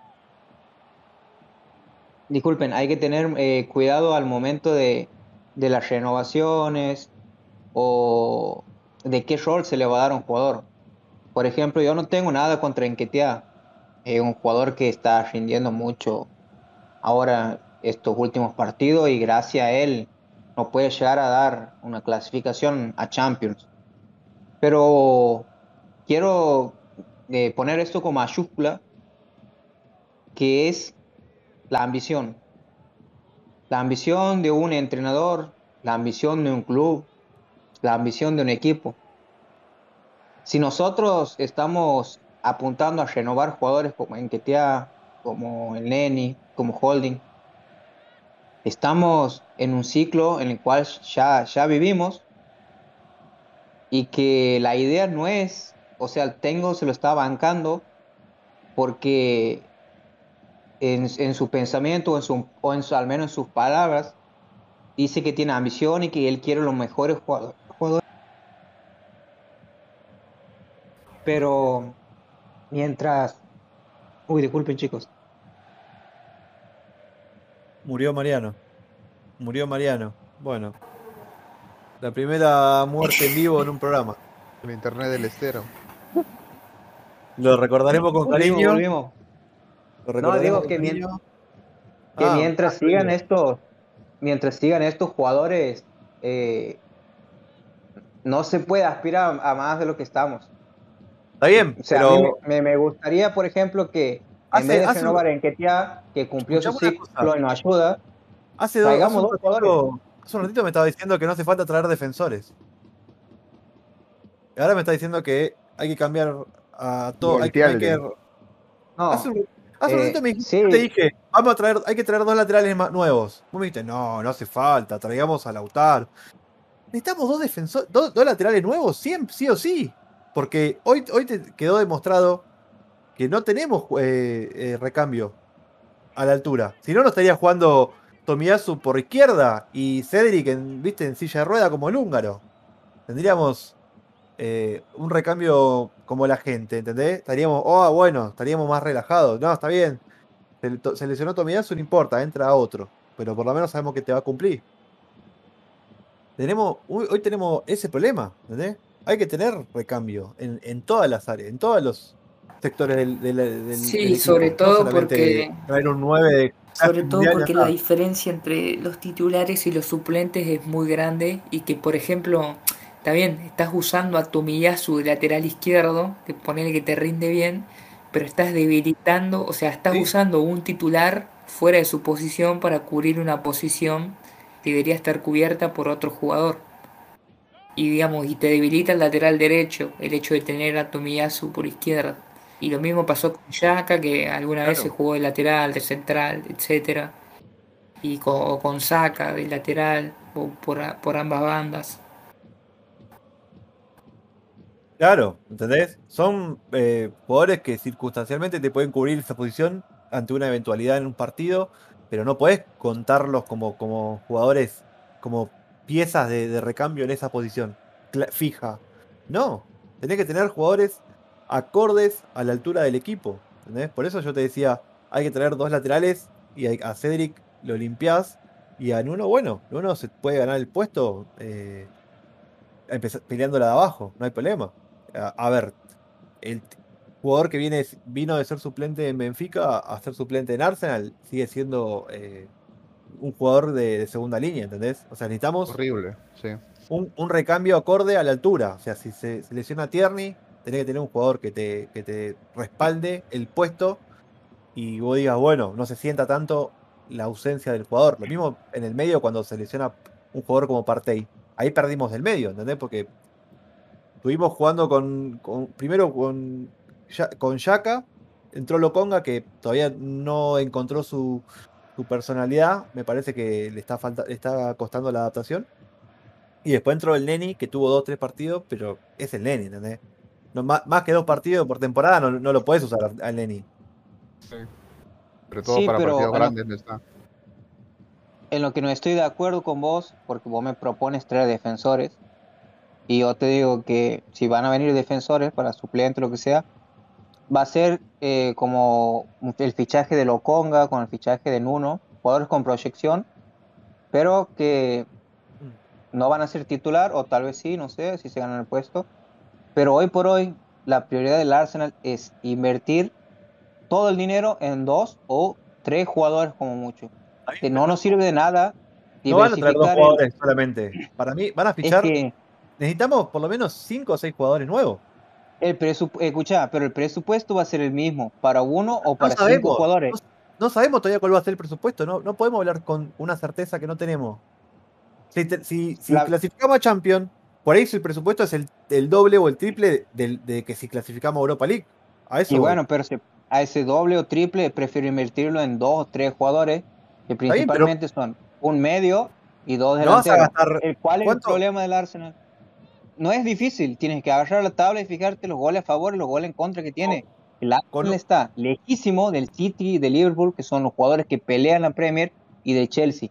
disculpen, hay que tener eh, cuidado al momento de, de las renovaciones o de qué rol se le va a dar a un jugador. Por ejemplo, yo no tengo nada contra Enquetea, es un jugador que está rindiendo mucho ahora estos últimos partidos y gracias a él nos puede llegar a dar una clasificación a Champions. Pero quiero eh, poner esto como mayúscula, que es la ambición. La ambición de un entrenador, la ambición de un club, la ambición de un equipo. Si nosotros estamos apuntando a renovar jugadores como Enquetea, como el Neni, como Holding, estamos en un ciclo en el cual ya, ya vivimos y que la idea no es, o sea, el Tengo se lo está bancando porque en, en su pensamiento o, en su, o en su- al menos en sus palabras dice que tiene ambición y que él quiere los mejores jugadores. Pero mientras... Uy, disculpen chicos. Murió Mariano. Murió Mariano. Bueno, la primera muerte en vivo en un programa. El internet del estero. Lo recordaremos con Volvimos, cariño. volvimos. Lo No, recordaremos digo con que, mien- cariño. que Ah, mientras estabas sigan perdido. estos, mientras sigan estos jugadores, eh, no se puede aspirar a, a más de lo que estamos. Está bien, O sea, a mí me, pero me- me gustaría, por ejemplo, que en vez hace, de hace, un- renovar en Nketiah, que cumplió su escuchame una cosa. ciclo y nos ayuda, Hace, do- hace traigamos un dos jugadores. ratito, hace un ratito me estaba diciendo que no hace falta traer defensores. Y ahora me está diciendo que hay que cambiar a todo. Hay que, hay que. Volteable. Hace No, un, hace un ratito eh, me dijiste, yo te sí, dije, vamos a traer, hay que traer dos laterales más nuevos. Vos me dijiste, no, no hace falta, traigamos a Lautaro. Necesitamos dos defensores, dos, dos laterales nuevos, sí, sí o sí. Porque hoy, hoy te quedó demostrado que no tenemos eh, eh, recambio a la altura. Si no, no estaría jugando Tomiyasu por izquierda y Cedric en, ¿viste? En silla de rueda como el húngaro. Tendríamos eh, un recambio como la gente, ¿entendés? Estaríamos, oh, bueno, estaríamos más relajados. No, está bien. Se, le- to- se lesionó Tomiyasu, no importa, entra otro. Pero por lo menos sabemos que te va a cumplir. Tenemos, hoy, hoy tenemos ese problema, ¿entendés? Hay que tener recambio en, en todas las áreas, en todos los sectores del, del- del- del Sí, sobre equipo. No todo solamente porque traer un nueve de sobre clase todo mundial y ya porque la está. diferencia entre los titulares y los suplentes es muy grande y que, por ejemplo, está bien, estás usando a Tomiyasu de lateral izquierdo, que ponele que te rinde bien, pero estás debilitando, o sea, estás Sí, usando un titular fuera de su posición para cubrir una posición que debería estar cubierta por otro jugador. Y digamos, y te debilita el lateral derecho, el hecho de tener a Tomiyasu por izquierda. Y lo mismo pasó con Yaka, que alguna vez se claro. jugó de lateral, de central, etcétera y con, o con Saka de lateral o por, a- por ambas bandas. Claro, ¿entendés? Son eh, jugadores que circunstancialmente te pueden cubrir esa posición ante una eventualidad en un partido, pero no podés contarlos como, como jugadores, como piezas de, de recambio en esa posición cla- fija. No, tenés que tener jugadores acordes a la altura del equipo. ¿Entendés? Por eso yo te decía, hay que traer dos laterales y hay- a Cedric lo limpiás y a Nuno, bueno, Nuno se puede ganar el puesto eh, empezar peleándola de abajo, no hay problema. A, a ver, el t- jugador que viene, vino de ser suplente en Benfica a ser suplente en Arsenal sigue siendo eh, un jugador de, de segunda línea, ¿entendés? O sea, necesitamos Horrible, sí. un, un recambio acorde a la altura. O sea, si se, se lesiona Tierney, tenés que tener un jugador que te, que te respalde el puesto y vos digas, bueno, no se sienta tanto la ausencia del jugador. Lo mismo en el medio cuando se lesiona un jugador como Partey. Ahí perdimos del medio, ¿entendés? Porque estuvimos jugando con, con- primero con, Ya- con Xhaka, entró Lokonga que todavía no encontró su, su personalidad, me parece que le está, falta, le está costando la adaptación. Y después entró el Neni, que tuvo dos, tres partidos, pero es el Neni, ¿entendés? No, más, más que dos partidos por temporada no, no lo puedes usar al Neni. Sí. Sobre todo Sí, para pero partidos en lo, grandes no está. en lo que no estoy de acuerdo con vos, porque vos me propones traer defensores, y yo te digo que si van a venir defensores para suplente, lo que sea, va a ser eh, como el fichaje de Lokonga con el fichaje de Nuno, jugadores con proyección, pero que Mm. no van a ser titular, o tal vez sí, no sé si se ganan el puesto. Pero hoy por hoy, la prioridad del Arsenal es invertir todo el dinero en dos o tres jugadores como mucho. Está bien, Que pero no no, nos sirve de nada no van a traer dos diversificar el... jugadores solamente. Para mí, van a Es fichar. que Necesitamos por lo menos cinco o seis jugadores nuevos. el presupuesto, escucha, pero el presupuesto va a ser el mismo para uno o No para cinco sabemos. jugadores. No, no sabemos todavía cuál va a ser el presupuesto. No, no podemos hablar con una certeza que no tenemos. Si, te- si, si La, clasificamos a Champions, por ahí si el presupuesto es el, el doble o el triple del- de, que si clasificamos a Europa League. A y eso voy. bueno, pero se- a ese doble o triple prefiero invertirlo en dos o tres jugadores que Está bien, pero principalmente son un medio y dos no vas a delanteros. gastar. ¿El cuál es el ¿Cuánto? problema del Arsenal? No es difícil, tienes que agarrar la tabla y fijarte los goles a favor y los goles en contra que tiene. El Con, Arsenal está lejísimo del City y del Liverpool, que son los jugadores que pelean la Premier, y de Chelsea.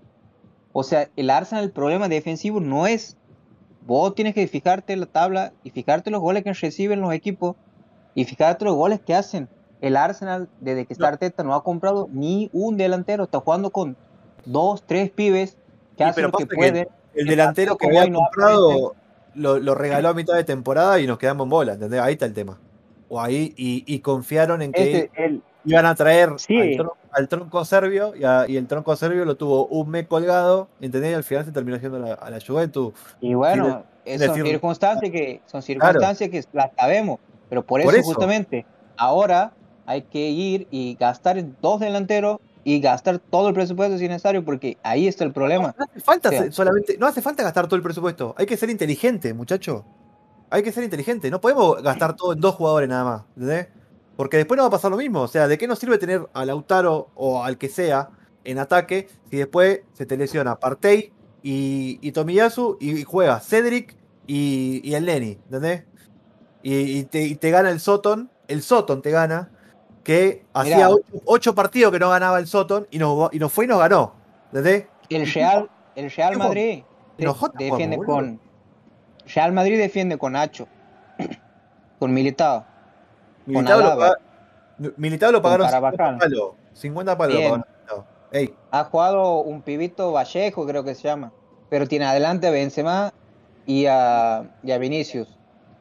O sea, el Arsenal, el problema defensivo no es, vos tienes que fijarte en la tabla y fijarte los goles que reciben los equipos y fijarte los goles que hacen. El Arsenal, desde que está no, Arteta, no ha comprado ni un delantero, está jugando con dos, tres pibes que y hacen pero lo que pasa que el, pueden. el En delantero partidos que como había hoy no aparecen. comprado lo, lo regaló a mitad de temporada y nos quedamos en bola, ¿entendés? Ahí está el tema. O ahí, y, y confiaron en que Ese, el, iban a traer al, sí, tron- al tronco serbio y, a- y el tronco serbio lo tuvo un mes colgado, ¿entendés? Y al final se terminó yendo a la, a la Juventus. y Sin, de- bueno, sin eh, son decir, circunstancias que, son claro, circunstancias que las sabemos, pero por por eso eso. justamente ahora hay que ir y gastar en dos delanteros y gastar todo el presupuesto si es necesario, porque ahí está el No, problema. no hace O falta sea, se- solamente, no hace falta gastar todo el presupuesto. Hay que ser inteligente, muchacho. Hay que ser inteligente. No podemos gastar todo en dos jugadores nada más, ¿entendés? Porque después no va a pasar lo mismo. O sea, ¿de qué nos sirve tener a Lautaro o al que sea en ataque si después se te lesiona Partey y, y Tomiyasu y juega Cedric y, y el Neni, ¿entendés? Y, y te, y te gana el Soton, el Soton te gana, que hacía mira, ocho, ocho partidos que no ganaba el Soton y nos, y nos fue y nos ganó, ¿entendés? el ¿Y qué Real, jugamos? el Real ¿Qué jugamos? Madrid ¿En de- O J jugamos, defiende boludo? con, Real Madrid defiende con Nacho, con Militao, con Militao lo, Alaba, paga- Militao lo con pagaron cincuenta Carvajal. palos. cincuenta palos lo Bien, pagaron a Militao. Ey, ha jugado un pibito Vallejo, creo que se llama, pero tiene adelante a Benzema y a, y a Vinicius.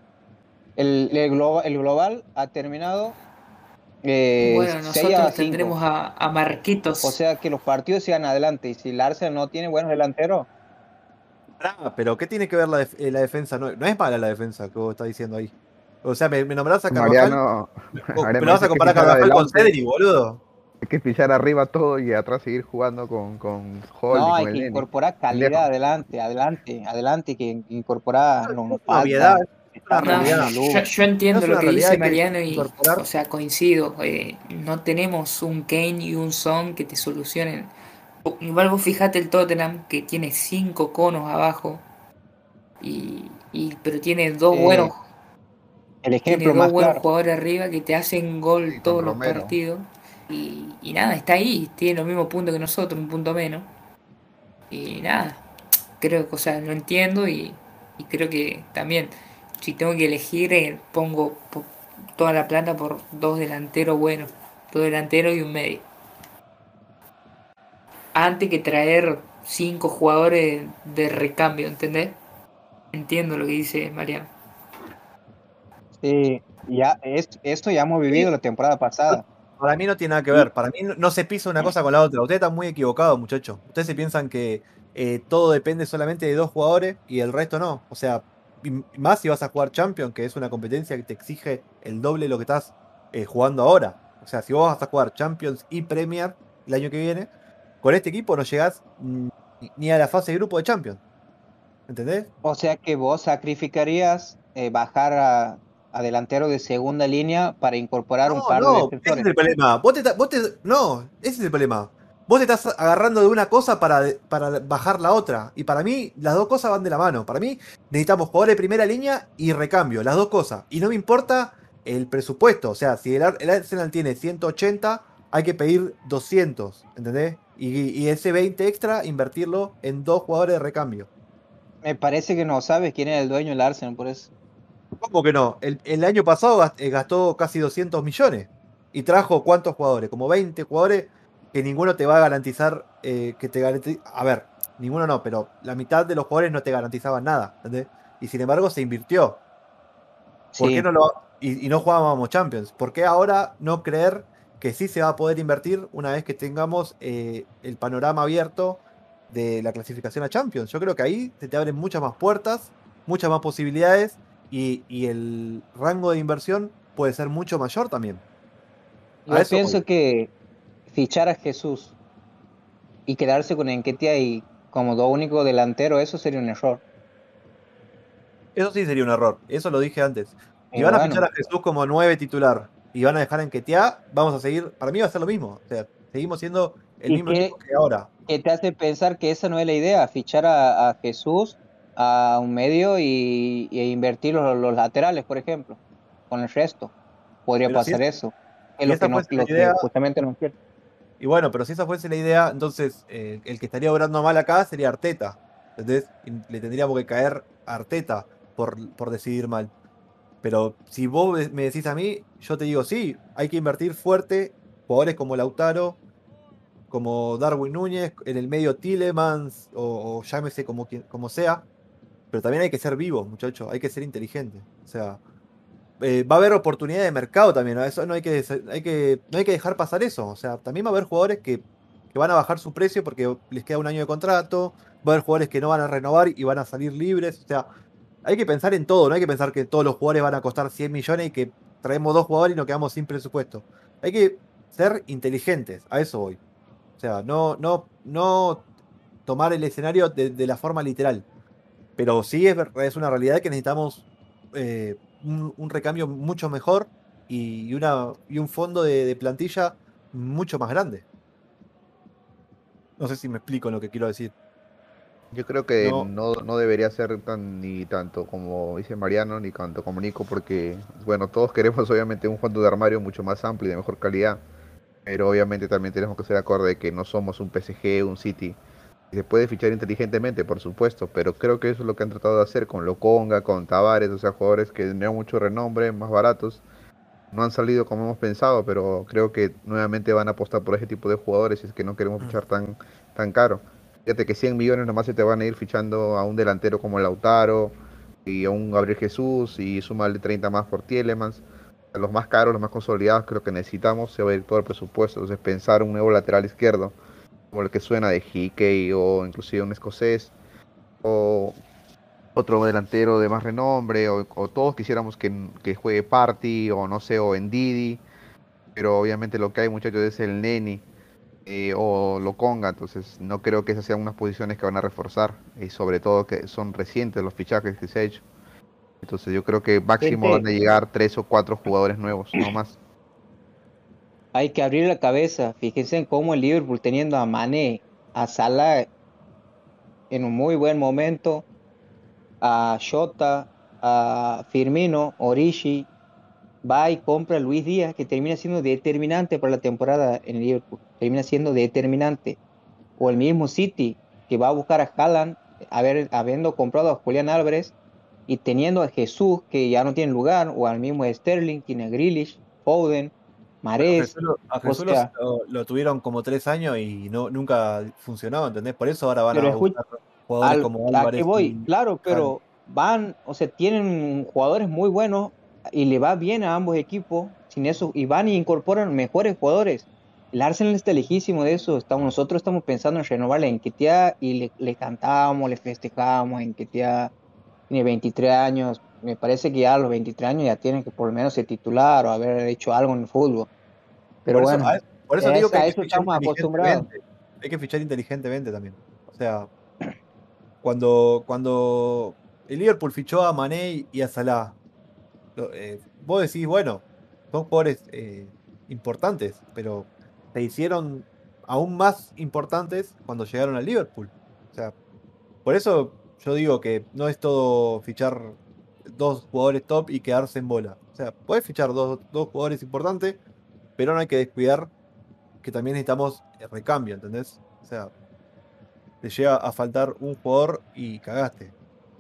El, el, globa- el global ha terminado eh, Bueno, seis a nosotros cinco. tendremos a, a O Marquitos. sea que los partidos sigan adelante. Y si el Arsenal no tiene buenos delanteros, pará, pero ¿qué tiene que ver la, def- eh, la defensa? No, no es mala la defensa que vos estás diciendo ahí. O sea, me, me nombrás a Carvajal, Mariano, o- me lo Mariano, vas eso a hay que comparar a fichar Carvajal con adelante, Cedric, boludo. hay que fichar arriba todo y atrás seguir jugando con, con no, Holding, con hay el que Neni. incorporar calidad Pendejo. adelante, adelante, adelante, que incorporar, no, No nos es una obviedad, falta, es una estamos No, realidad. años yo, luz. yo No entiendo es lo una que realidad, dice hay que Mariano y, o incorporar. sea, coincido. Eh, no tenemos un Kane y un Son que te solucionen. O- Igual vos fijate el Tottenham que tiene cinco conos abajo y, y pero tiene dos Eh, buenos el tiene ejemplo dos más buenos claro, jugadores arriba que te hacen gol Sí, con todos los Romero. partidos Y, y nada, está ahí, tiene los mismos puntos que nosotros, un punto menos. Y nada, creo que, o sea, lo entiendo y, y creo que también, si tengo que elegir, eh, pongo po- toda la plata por dos delanteros buenos, dos delanteros y un medio. Antes que traer cinco jugadores de recambio, ¿entendés? Entiendo lo que dice Mariano. Sí, ya, es, esto ya hemos vivido Sí, la temporada no- pasada. para mí no tiene nada que Y, ver. Para mí no, no se pisa una cosa con la otra. Ustedes están muy equivocados, muchachos. Ustedes se piensan que eh, todo depende solamente de dos jugadores y el resto no. O sea, y más si vas a jugar Champions, que es una competencia que te exige el doble de lo que estás eh, jugando ahora. O sea, si vos vas a jugar Champions y Premier el año que viene, con este equipo no llegás mm, ni ni a la fase de grupo de Champions. ¿Entendés? o sea que vos sacrificarías eh, bajar a, a delantero de segunda línea para incorporar un No, par de no, ese es defensores. el problema. Vos te, ta- vos te- no, ese es el problema. Vos te estás agarrando de una cosa para, de- para bajar la otra. Y para mí, las dos cosas van de la mano. Para mí, necesitamos jugadores de primera línea y recambio, las dos cosas. Y no me importa el presupuesto. O sea, si el, Ar- el Arsenal tiene ciento ochenta, hay que pedir doscientos, ¿entendés? Y, y ese veinte extra, invertirlo en dos jugadores de recambio. Me parece que no sabes quién es el dueño del Arsenal, por eso. ¿Cómo que no? El, el año pasado gast- eh, gastó casi doscientos millones y trajo ¿cuántos jugadores? Como veinte jugadores que ninguno te va a garantizar eh, que te garantice. A ver, ninguno no, pero la mitad de los jugadores no te garantizaban nada, ¿entendés? Y sin embargo se invirtió. ¿Por qué Sí, no lo y, y no jugábamos Champions? ¿Por qué ahora no creer que sí se va a poder invertir una vez que tengamos eh, el panorama abierto de la clasificación a Champions? Yo creo que ahí se te abren muchas más puertas, muchas más posibilidades y, y el rango de inversión puede ser mucho mayor también. A yo eso voy. pienso que fichar a Jesús y quedarse con Enquetia y como lo único delantero, eso sería un error. Eso sí sería un error. Eso lo dije antes. Si Y van a fichar bueno, a Jesús como nueve titular y van a dejar en Ketia, vamos a seguir. Para mí va a ser lo mismo. O sea, seguimos siendo el ¿y mismo equipo qué, que ahora. qué te hace pensar que esa no es la idea? Fichar a, a Jesús a un medio y, y invertir los, los laterales, por ejemplo, con el resto. Podría Pero si, pasar es- eso. Es si lo que esa no, fuese la lo idea, que justamente no quiero. y bueno, pero si esa fuese la idea, entonces eh, el que estaría obrando mal acá sería Arteta. ¿Entendés? Y le tendríamos que caer a Arteta por, por decidir mal. Pero si vos me me decís a mí, yo te digo, sí, hay que invertir fuerte. Jugadores como Lautaro, como Darwin Núñez, en el medio Tielemans, o, o llámese como, quien- como sea. Pero también hay que ser vivos, muchachos, hay que ser inteligentes. O sea, eh, va a haber oportunidad de mercado también, ¿no? Eso no hay que, hay que, no hay que dejar pasar eso. O sea, también va a haber jugadores que, que van a bajar su precio porque les queda un año de contrato. Va a haber jugadores que no van a renovar y van a salir libres. O sea, hay que pensar en todo, no hay que pensar que todos los jugadores van a costar cien millones y que traemos dos jugadores y nos quedamos sin presupuesto. Hay que ser inteligentes, a eso voy. O sea, no, no, no tomar el escenario de, de la forma literal. Pero sí es, ver- es una realidad que necesitamos eh, un, un recambio mucho mejor y, y una, y un fondo de, de plantilla mucho más grande. No sé si me explico lo que quiero decir. Yo creo que No, no, no debería ser tan ni tanto como dice Mariano, ni tanto como Nico, porque, bueno, todos queremos obviamente un fondo de armario mucho más amplio y de mejor calidad, pero obviamente también tenemos que ser acorde de que no somos un P S G, un City. Se puede fichar inteligentemente, por supuesto, pero creo que eso es lo que han tratado de hacer con Lokonga, con Tavares, o sea, jugadores que tenían mucho renombre, más baratos. No han salido como hemos pensado, pero creo que nuevamente van a apostar por ese tipo de jugadores si es que no queremos fichar tan, tan caro. Fíjate que cien millones nomás se te van a ir fichando a un delantero como Lautaro y a un Gabriel Jesús y sumarle treinta más por Tielemans. A los más caros, los más consolidados, creo que necesitamos, se va a ir todo el presupuesto. Entonces pensar un nuevo lateral izquierdo, como el que suena de Hickey o inclusive un escocés, o otro delantero de más renombre, o, o todos quisiéramos que, que juegue Party, o no sé, o Ndidi, pero obviamente lo que hay, muchachos, es el Neni eh, o Lokonga, entonces no creo que esas sean unas posiciones que van a reforzar, y sobre todo que son recientes los fichajes que se ha hecho. Entonces yo creo que máximo van Gente, a llegar tres o cuatro jugadores nuevos, no más. hay que abrir la cabeza. Fíjense en cómo el Liverpool teniendo a Mané, a Salah en un muy buen momento, a Jota, a Firmino, Origi. va y compra a Luis Díaz, que termina siendo determinante para la temporada en el Liverpool, termina siendo determinante. O el mismo City, que va a buscar a Haaland, haber, habiendo comprado a Julián Álvarez y teniendo a Jesús, que ya no tiene lugar, o al mismo Sterling, tiene a Grealish, Foden, Pero a Mahrez, Jesús, lo, a o Jesús los- sea, lo, lo tuvieron como tres años y no, nunca funcionaba, ¿entendés? Por eso ahora van pero a escucha, buscar jugadores al, como ¿a qué Álvarez voy? y Claro, Haaland. pero van, o sea, tienen jugadores muy buenos y le va bien a ambos equipos, sin eso, y van y incorporan mejores jugadores. El Arsenal está lejísimo de eso, estamos, nosotros estamos pensando en renovarle a Nketiah y le, le cantamos, le festejamos, Nketiah tiene veintitrés años, me parece que ya a los veintitrés años ya tiene que por lo menos ser titular o haber hecho algo en el fútbol, pero Por eso, bueno, a, por eso digo es, que hay a que eso fichar estamos acostumbrados. inteligentemente. Hay que fichar inteligentemente también. O sea, cuando, cuando el Liverpool fichó a Mané y a Salah, lo- eh, vos decís, bueno, son jugadores eh, importantes, pero se hicieron aún más importantes cuando llegaron al Liverpool. O sea, por eso yo digo que no es todo fichar dos jugadores top y quedarse en bola. O sea, puedes fichar dos, dos jugadores importantes, pero no hay que descuidar que también necesitamos eh, recambio, ¿entendés? O sea, te llega a faltar un jugador y cagaste.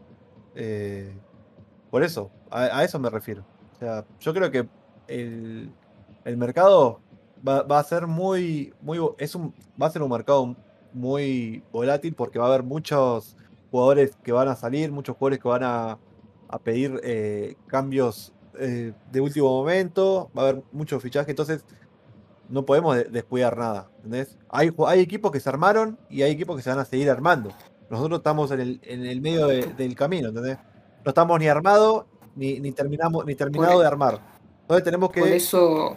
Eh, por eso, a, a eso me refiero. O sea, yo creo que el, el mercado va, va a ser muy, muy, vo- es un, va a ser un mercado muy volátil porque va a haber muchos jugadores que van a salir, muchos jugadores que van a, a pedir eh, cambios eh, de último momento, va a haber muchos fichajes, entonces no podemos de- descuidar nada, ¿entendés? Hay, ju- hay equipos que se armaron y hay equipos que se van a seguir armando. Nosotros estamos en el, en el medio de- del camino, ¿entendés? No estamos ni armados ni, ni terminamos ni Por, terminado de armar. Entonces tenemos por que eso,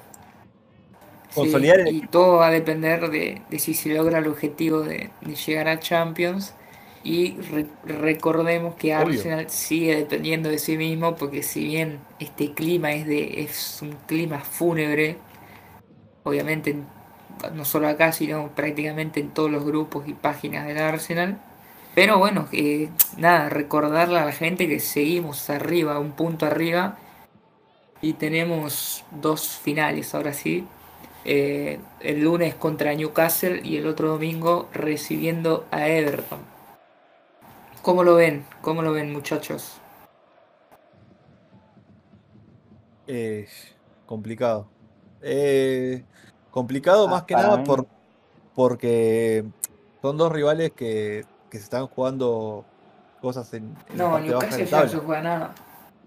sí, consolidar el y equipo. todo va a depender de, de si se logra el objetivo de, de llegar a Champions. Y re- recordemos que Obvio. Arsenal sigue dependiendo de sí mismo, porque si bien este clima es, de, es un clima fúnebre, obviamente en- no solo acá, sino prácticamente en todos los grupos y páginas del Arsenal. Pero bueno, eh, nada, recordarle a la gente que seguimos arriba, un punto arriba, y tenemos dos finales ahora sí. Eh, el lunes contra Newcastle y el otro domingo recibiendo a Everton. ¿Cómo lo ven? ¿Cómo lo ven, muchachos? Eh, complicado. Eh, complicado Ah, más que para nada mí, por, porque son dos rivales que, que se están jugando cosas en, en la No, parte baja de Newcastle la ya no se tabla. juega nada.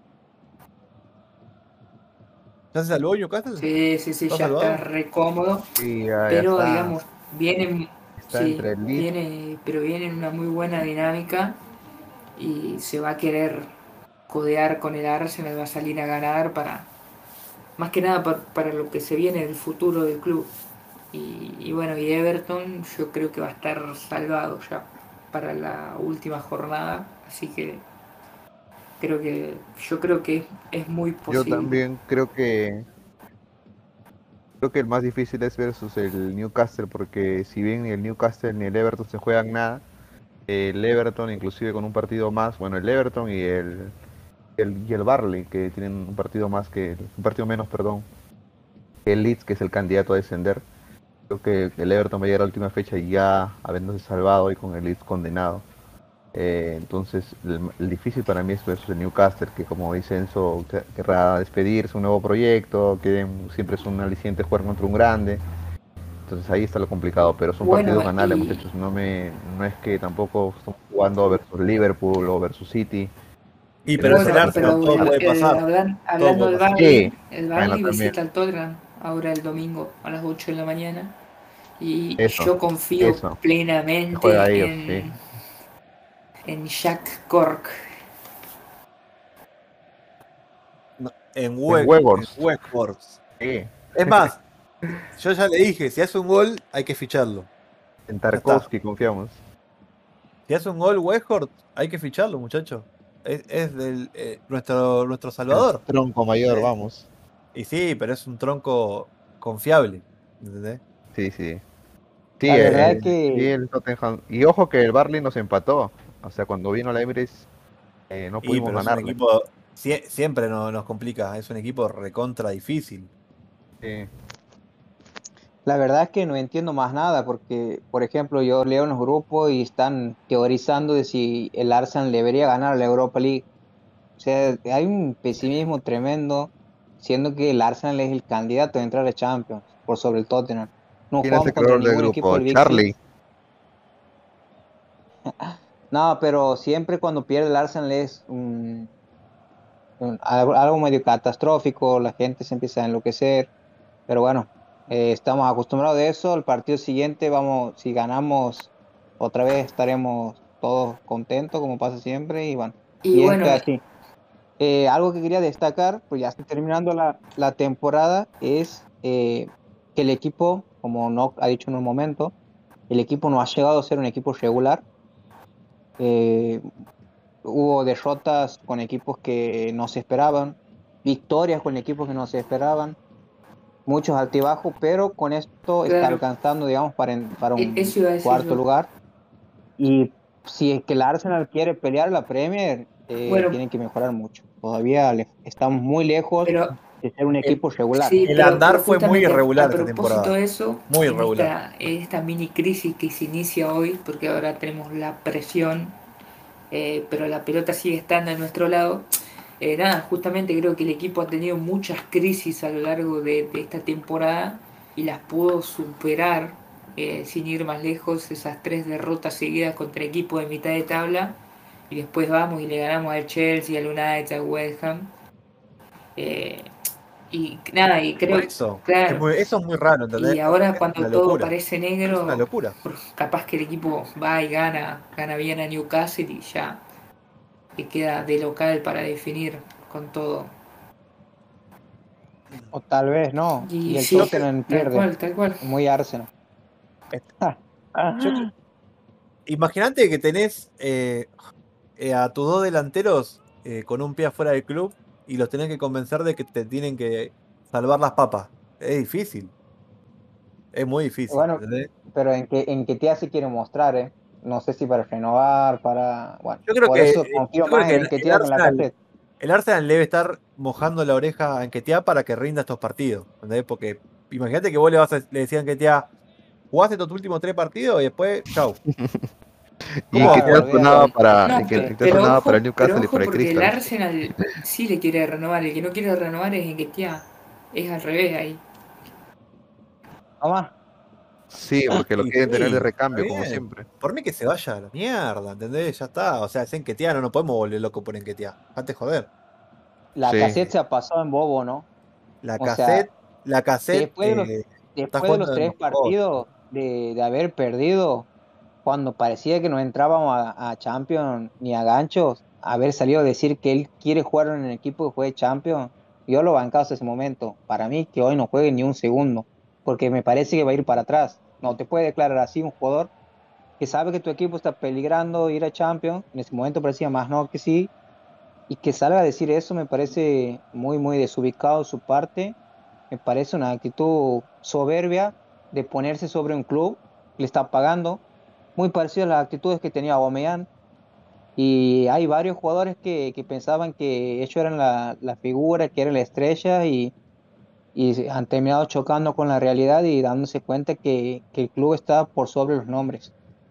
¿Ya se salvó Newcastle? Sí, sí, sí, ¿Está ya está salvado? re cómodo. Sí, ya, ya Pero está. digamos, viene, Está sí, entre el Leeds. viene, pero viene en una muy buena dinámica y se va a querer codear con el Arsenal, va a salir a ganar para, más que nada para, para lo que se viene del futuro del club. Y, y bueno, y Everton yo creo que va a estar salvado ya para la última jornada, así que creo que yo creo que es, es muy Yo posible. también creo que creo que el más difícil es versus el Newcastle, porque si bien ni el Newcastle ni el Everton se juegan nada, el Everton inclusive con un partido más, bueno, el Everton y el, el y el Barley que tienen un partido más que un partido menos, perdón, que el Leeds, que es el candidato a descender. Creo que el Everton va a llegar a la última fecha y ya habiéndose salvado y con el Leeds condenado. Eh, entonces, el, el difícil para mí es versus el Newcastle, que como dice Enzo, que- querrá despedirse, un nuevo proyecto, que siempre es un aliciente jugar contra un grande. Entonces ahí está lo complicado, pero son Bueno, partidos ganables, y, muchachos. No me, no es que tampoco estamos jugando versus Liverpool o versus City. Y pero Tenemos es que el bueno, Arsenal, plantearnos pero todo el, puede algo. el- pasar. hablan- Todo hablando puede del pasar. Barley, Sí, el bueno, Barley también. visita al Tottenham ahora el domingo a las ocho de la mañana. Y Eso, yo confío eso. Que juega plenamente ellos, sí. en, en Jack Cork. No, en En Web, en Weghorst, Weghorst. sí. Es más, yo ya le dije, si hace un gol, hay que ficharlo. En Ya está. Tarkovsky confiamos. Si hace un gol Weghorst, hay que ficharlo, muchacho. Es, es del, eh, nuestro, nuestro El salvador. tronco mayor, Eh, vamos. y sí, pero es un tronco confiable. ¿Entendés? Sí, sí. Sí, la eh, verdad eh, sí, que el Tottenham. Y ojo que el Barley nos empató. O sea, cuando vino la Emirates eh, no Y pudimos pero es un ganarle. equipo, Sie- siempre no- nos complica, es un equipo recontra difícil. Sí. La verdad es que no entiendo más nada porque, por ejemplo, yo leo en los grupos y están teorizando de si el Arsenal debería ganar la Europa League. O sea, hay un pesimismo tremendo, siendo que el Arsenal es el candidato a entrar a Champions por sobre el Tottenham. No ¿Quién es el jugamos contra creador del ningún equipo grupo? del Big Charlie. Six. No, pero siempre cuando pierde el Arsenal es un- un- algo, algo medio catastrófico, la gente se empieza a enloquecer, pero bueno, eh, estamos acostumbrados de eso. El partido siguiente, vamos, si ganamos otra vez estaremos todos contentos, como pasa siempre, y bueno, Y y esto bueno, es así. Eh, algo que quería destacar, pues ya está terminando la, la temporada, es eh, que el equipo, como Nock ha dicho en un momento, el equipo no ha llegado a ser un equipo regular. Eh, Hubo derrotas con equipos que no se esperaban, victorias con equipos que no se esperaban, muchos altibajos, pero con esto está claro, alcanzando, digamos, para, en- para e- un eso iba a decir cuarto yo. lugar. Y si es que el Arsenal quiere pelear la Premier, eh, Bueno, tiene que mejorar mucho. Todavía le- estamos muy lejos pero de ser un El, equipo regular. sí, el pero, pero andar fue muy justamente a, a irregular esta propósito temporada. de eso, Muy en irregular. esta, en esta mini crisis que se inicia hoy, porque ahora tenemos la presión, eh, pero la pelota sigue estando a nuestro lado. Eh, nada, justamente creo que el equipo ha tenido muchas crisis a lo largo de, de esta temporada y las pudo superar, eh, sin ir más lejos, esas tres derrotas seguidas contra equipos de mitad de tabla, y después vamos y le ganamos al Chelsea, al United, al West Ham. Eh, y nada, y Por creo, eso, es claro, muy- eso es muy raro, ¿entendés? y ahora Es una cuando todo locura. parece Es una negro, locura. capaz que el equipo va y gana, gana bien a Newcastle y ya te queda de local para definir con todo. O tal vez no. Y Y el sí, Yo creo, Tottenham tal pierde. cual, tal cual. Muy Arsenal. yo creo- imagínate que tenés eh, eh, a tus dos delanteros eh, con un pie afuera del club y los tenés que convencer de que te tienen que salvar las papas. Es difícil, es muy difícil, Bueno, ¿entendés? pero en que en Nketiah se quiere mostrar, ¿eh? No sé si para renovar, para... Bueno, Yo creo por que, eso eh, confío yo creo más que en el, el Nketiah que en la Arsenal, cassette. el Arsenal debe estar mojando la oreja a Nketiah para que rinda estos partidos, ¿entendés? Porque imagínate que vos le vas a, le decías a Nketiah, jugaste tus últimos tres partidos y después, chau. Y ¿Cómo va que a te Claro, jugar? sonaba olvídate. para, y No, que, pe- y que pero sonaba para el ojo, pero Newcastle y para ojo el porque el Crystal. Arsenal sí le quiere renovar, el que no quiere renovar es Enquetia, es al revés ahí. Vamos. Sí, porque lo Y quieren tener de sí, está recambio, como bien. siempre. Por mí que se vaya a la mierda, ¿entendés? Ya está. O sea, es Enquetea, no nos podemos volver loco por Enquetea. Dejate joder. La Sí. cassette se ha pasado en bobo, ¿no? La O sea, cassette, la cassette después de los, eh, está después de jugando los de lo tres mejor. partidos de, de haber perdido, cuando parecía que no entrábamos a, a Champions ni a ganchos, haber salido a decir que él quiere jugar en el equipo que juegue Champions, yo lo bancaba hasta ese momento. Para mí, que hoy no juegue ni un segundo, porque me parece que va a ir para atrás. No te puede declarar así un jugador que sabe que tu equipo está peligrando ir a Champions. En ese momento parecía más no que sí, y que salga a decir eso me parece muy, muy desubicado de su parte. Me parece una actitud soberbia de ponerse sobre un club que le está pagando, muy parecido a las actitudes que tenía Aubameyang. Y hay varios jugadores que, que pensaban que ellos eran la, la figura, que eran la estrella y, y han terminado chocando con la realidad y dándose cuenta que, que el club está por sobre los nombres.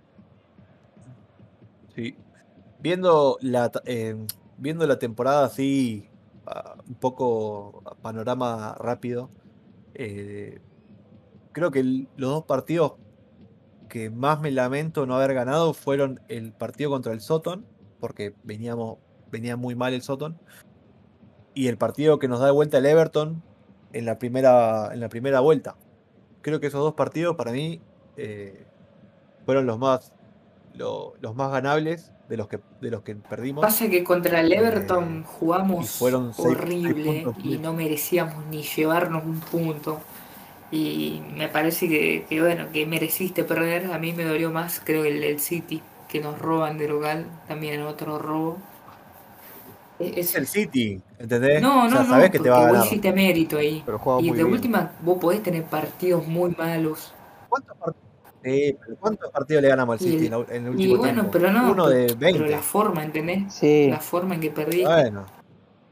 Sí. Viendo la, ta- eh, viendo la temporada así, ah, un poco a panorama rápido, eh, creo que el- los dos partidos que más me lamento no haber ganado fueron el partido contra el Soton, porque veníamos, venía muy mal el Soton, y el partido que nos da de vuelta el Everton en la primera, en la primera vuelta. Creo que esos dos partidos para mí eh, fueron los más, lo- los más ganables de los que, de los que perdimos. Pasa que contra el Everton eh, y jugamos fueron seis, seis horrible puntos y muy. no merecíamos ni llevarnos un punto. Y me parece que, que, bueno, que mereciste perder. A mí me dolió más, creo, el, el City, que nos roban de local, también otro robo. E- Es Es, el City, ¿entendés? no, O sea, no, sabés no, que te va porque a vos ganar. hiciste mérito ahí. Pero juega Y muy de bien. última, vos podés tener partidos muy malos. ¿Cuántos partidos, sí, pero ¿cuántos partidos le ganamos al Y, City en, el, la- en el y último bueno, tiempo? pero no, Uno pero, de pero la veinte. forma, ¿entendés? La Sí, forma en que perdiste. Bueno.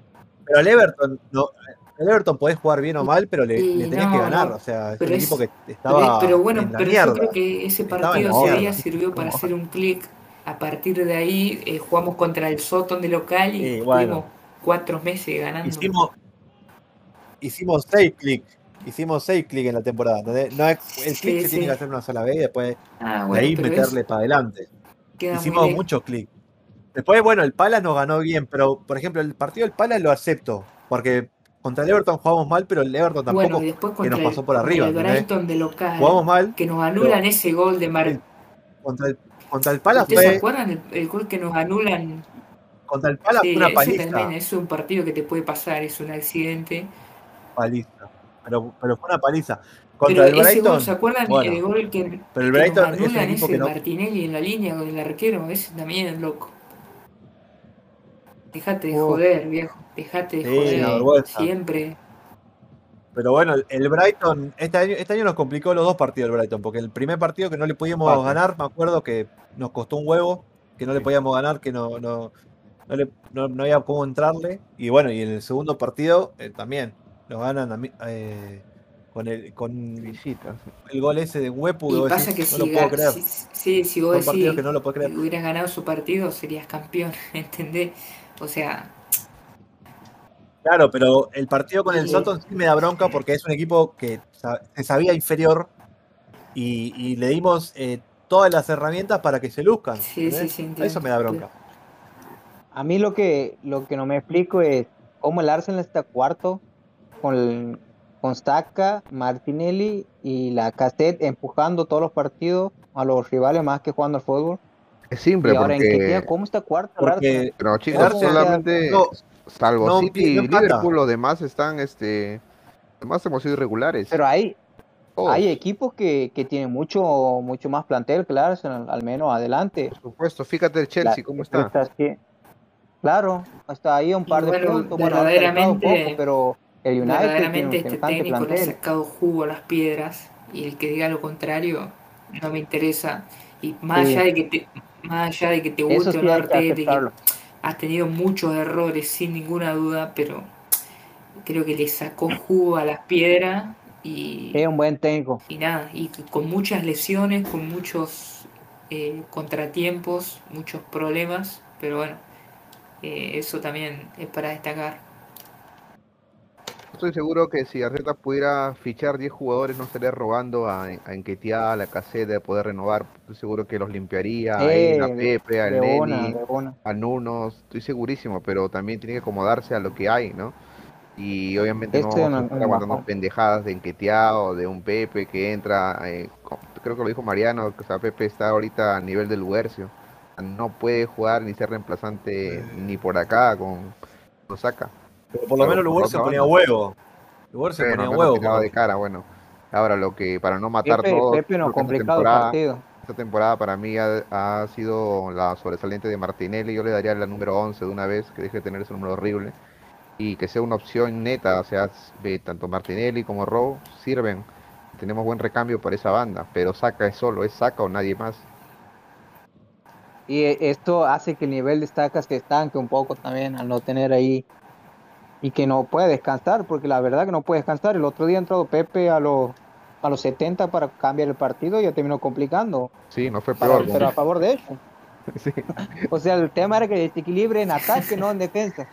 pero el Everton, no, el Everton podés jugar bien o mal, pero le, Y le tenés no, que ganar. no, O sea, es un pero equipo es, que pero, estaba pero bueno, en la pero yo creo mierda. que ese Estaba en partido la ese mierda. día sirvió para hacer un clic. A partir de ahí eh, jugamos contra el Soton de local y Y estuvimos bueno, cuatro meses ganando. hicimos, hicimos seis clics. Hicimos seis clics en la temporada. ¿Entendés? No es, el clic Sí, se tiene sí. que hacer una sola vez y después Ah, de bueno, ahí pero es meterle para adelante. queda muy Hicimos lejos. muchos clics. Después, bueno, el Palace nos ganó bien, pero por ejemplo, el partido del Palace lo acepto. Porque contra el Everton jugamos mal, pero el Everton Bueno, y tampoco después que nos contra el, pasó por contra arriba, el ¿entendés? Brighton de local, Jugamos mal, que nos pero anulan ese gol de Mar... el, contra, el, contra el Palace ¿Ustedes se fue, acuerdan el, el gol que nos anulan? contra el Palace fue Sí, una ese también paliza. es un partido que te puede pasar, es un accidente. Paliza. Pero, pero fue una paliza. Pero Contra el ese gol, ¿se Brighton, acuerdan? El bueno, gol que, pero el que nos Brighton es un anulan, equipo ese que de no. Martinelli en la línea con el arquero, ese también es loco. Dejate de Uf, joder, viejo, dejate de Sí, una joder. sí. vergüenza. Siempre. Pero bueno, el, el Brighton, este año, este año nos complicó los dos partidos el Brighton, porque el primer partido que no le podíamos Cuatro. ganar, me acuerdo que nos costó un huevo, que no le podíamos ganar, que no, no, no, le- no- no había cómo entrarle. Y bueno, y en el segundo partido eh, también nos ganan a mí- eh, con el, con Visitas. el gol ese de Huepu, que Y vos pasa que decís, no lo si, puedo ga- creer. si, si, si vos Son partidos decís que no lo puedo creer. hubieras ganado su partido, serías campeón, ¿entendés? O sea, Claro, pero el partido con el y, Soton sí me da bronca porque es un equipo que sa- se sabía inferior y, y le dimos eh, todas las herramientas para que se luzcan, sí, sí, ¿entendés? sí, A eso entiendo. me da bronca. A mí lo que, lo que no me explico es cómo el Arsenal está cuarto con, con Saka, Martinelli y la Cassette empujando todos los partidos a los rivales más que jugando al fútbol. Es Y simple ahora en Ketia, porque, ¿cómo está cuarto el Arsenal? Porque pero el chicos, ¿Cómo? O Arsenal sea, solamente, no, salvo no, City empie- no y empata. Liverpool, los demás están, este, los demás hemos sido irregulares. pero hay, hay Todos. equipos que, que tienen mucho, mucho más plantel que el Arsenal, al menos adelante. Por supuesto, fíjate el La, Chelsea, ¿cómo pero está? está así. Claro, hasta ahí un Y par de bueno, puntos. Bueno, ahora se ha alzado un poco, verdaderamente, pero el United tiene un verdaderamente este semejante técnico le ha plantel. sacado jugo a las piedras y el que diga lo contrario no me interesa. Y más allá Sí, de que te, más allá de que te eso guste o sí no hay que Arteta, de que aceptarlo. has tenido muchos errores sin ninguna duda, pero creo que le sacó jugo a las piedras y, Es un buen técnico. y nada, y con muchas lesiones, con muchos eh, contratiempos, muchos problemas, pero bueno, eh, eso también es para destacar. Estoy seguro que si Arteta pudiera fichar diez jugadores, no estaría robando a, a Nketiah, a la Lacazette de poder renovar. Estoy seguro que los limpiaría a él, a Eh, de, Pepe, al de una, Neni, de una. a Nuno. Estoy segurísimo, pero también tiene que acomodarse a lo que hay, ¿no? Y obviamente no Este es vamos a un, estar un aguantando bajón. pendejadas de Nketiah o de un Pepe que entra. Eh, co- creo que lo dijo Mariano, que o sea, Pepe está ahorita a nivel del Luercio. No puede jugar ni ser reemplazante ni por acá con Osaka, Pero por lo salvo menos por la Lugar se otra ponía banda. huevo. Lugar se Bueno, al ponía menos huevo, por tiraba lo de menos. cara, bueno. Ahora lo que, para no matar Pepe, todo, Pepe no creo que esta complicado el temporada, partido. esta temporada para mí ha, ha sido la sobresaliente de Martinelli. Yo le daría la número once de una vez, que deje de tener ese número horrible. Y que sea una opción neta, o sea, ve, tanto Martinelli como Rowe sirven. Tenemos buen recambio por esa banda, pero Saka es solo, es Saka o nadie más. Y eh, esto hace que el nivel de Saka se estanque un poco también al no tener ahí y que no puede descansar, porque la verdad que no puede descansar. El otro día ha entrado Pepe a los, a los setenta para cambiar el partido y ya terminó complicando, Sí, no fue para, peor. pero Con... a favor de ellos. Sí. O sea, el tema era que desequilibre en ataque, no en defensa.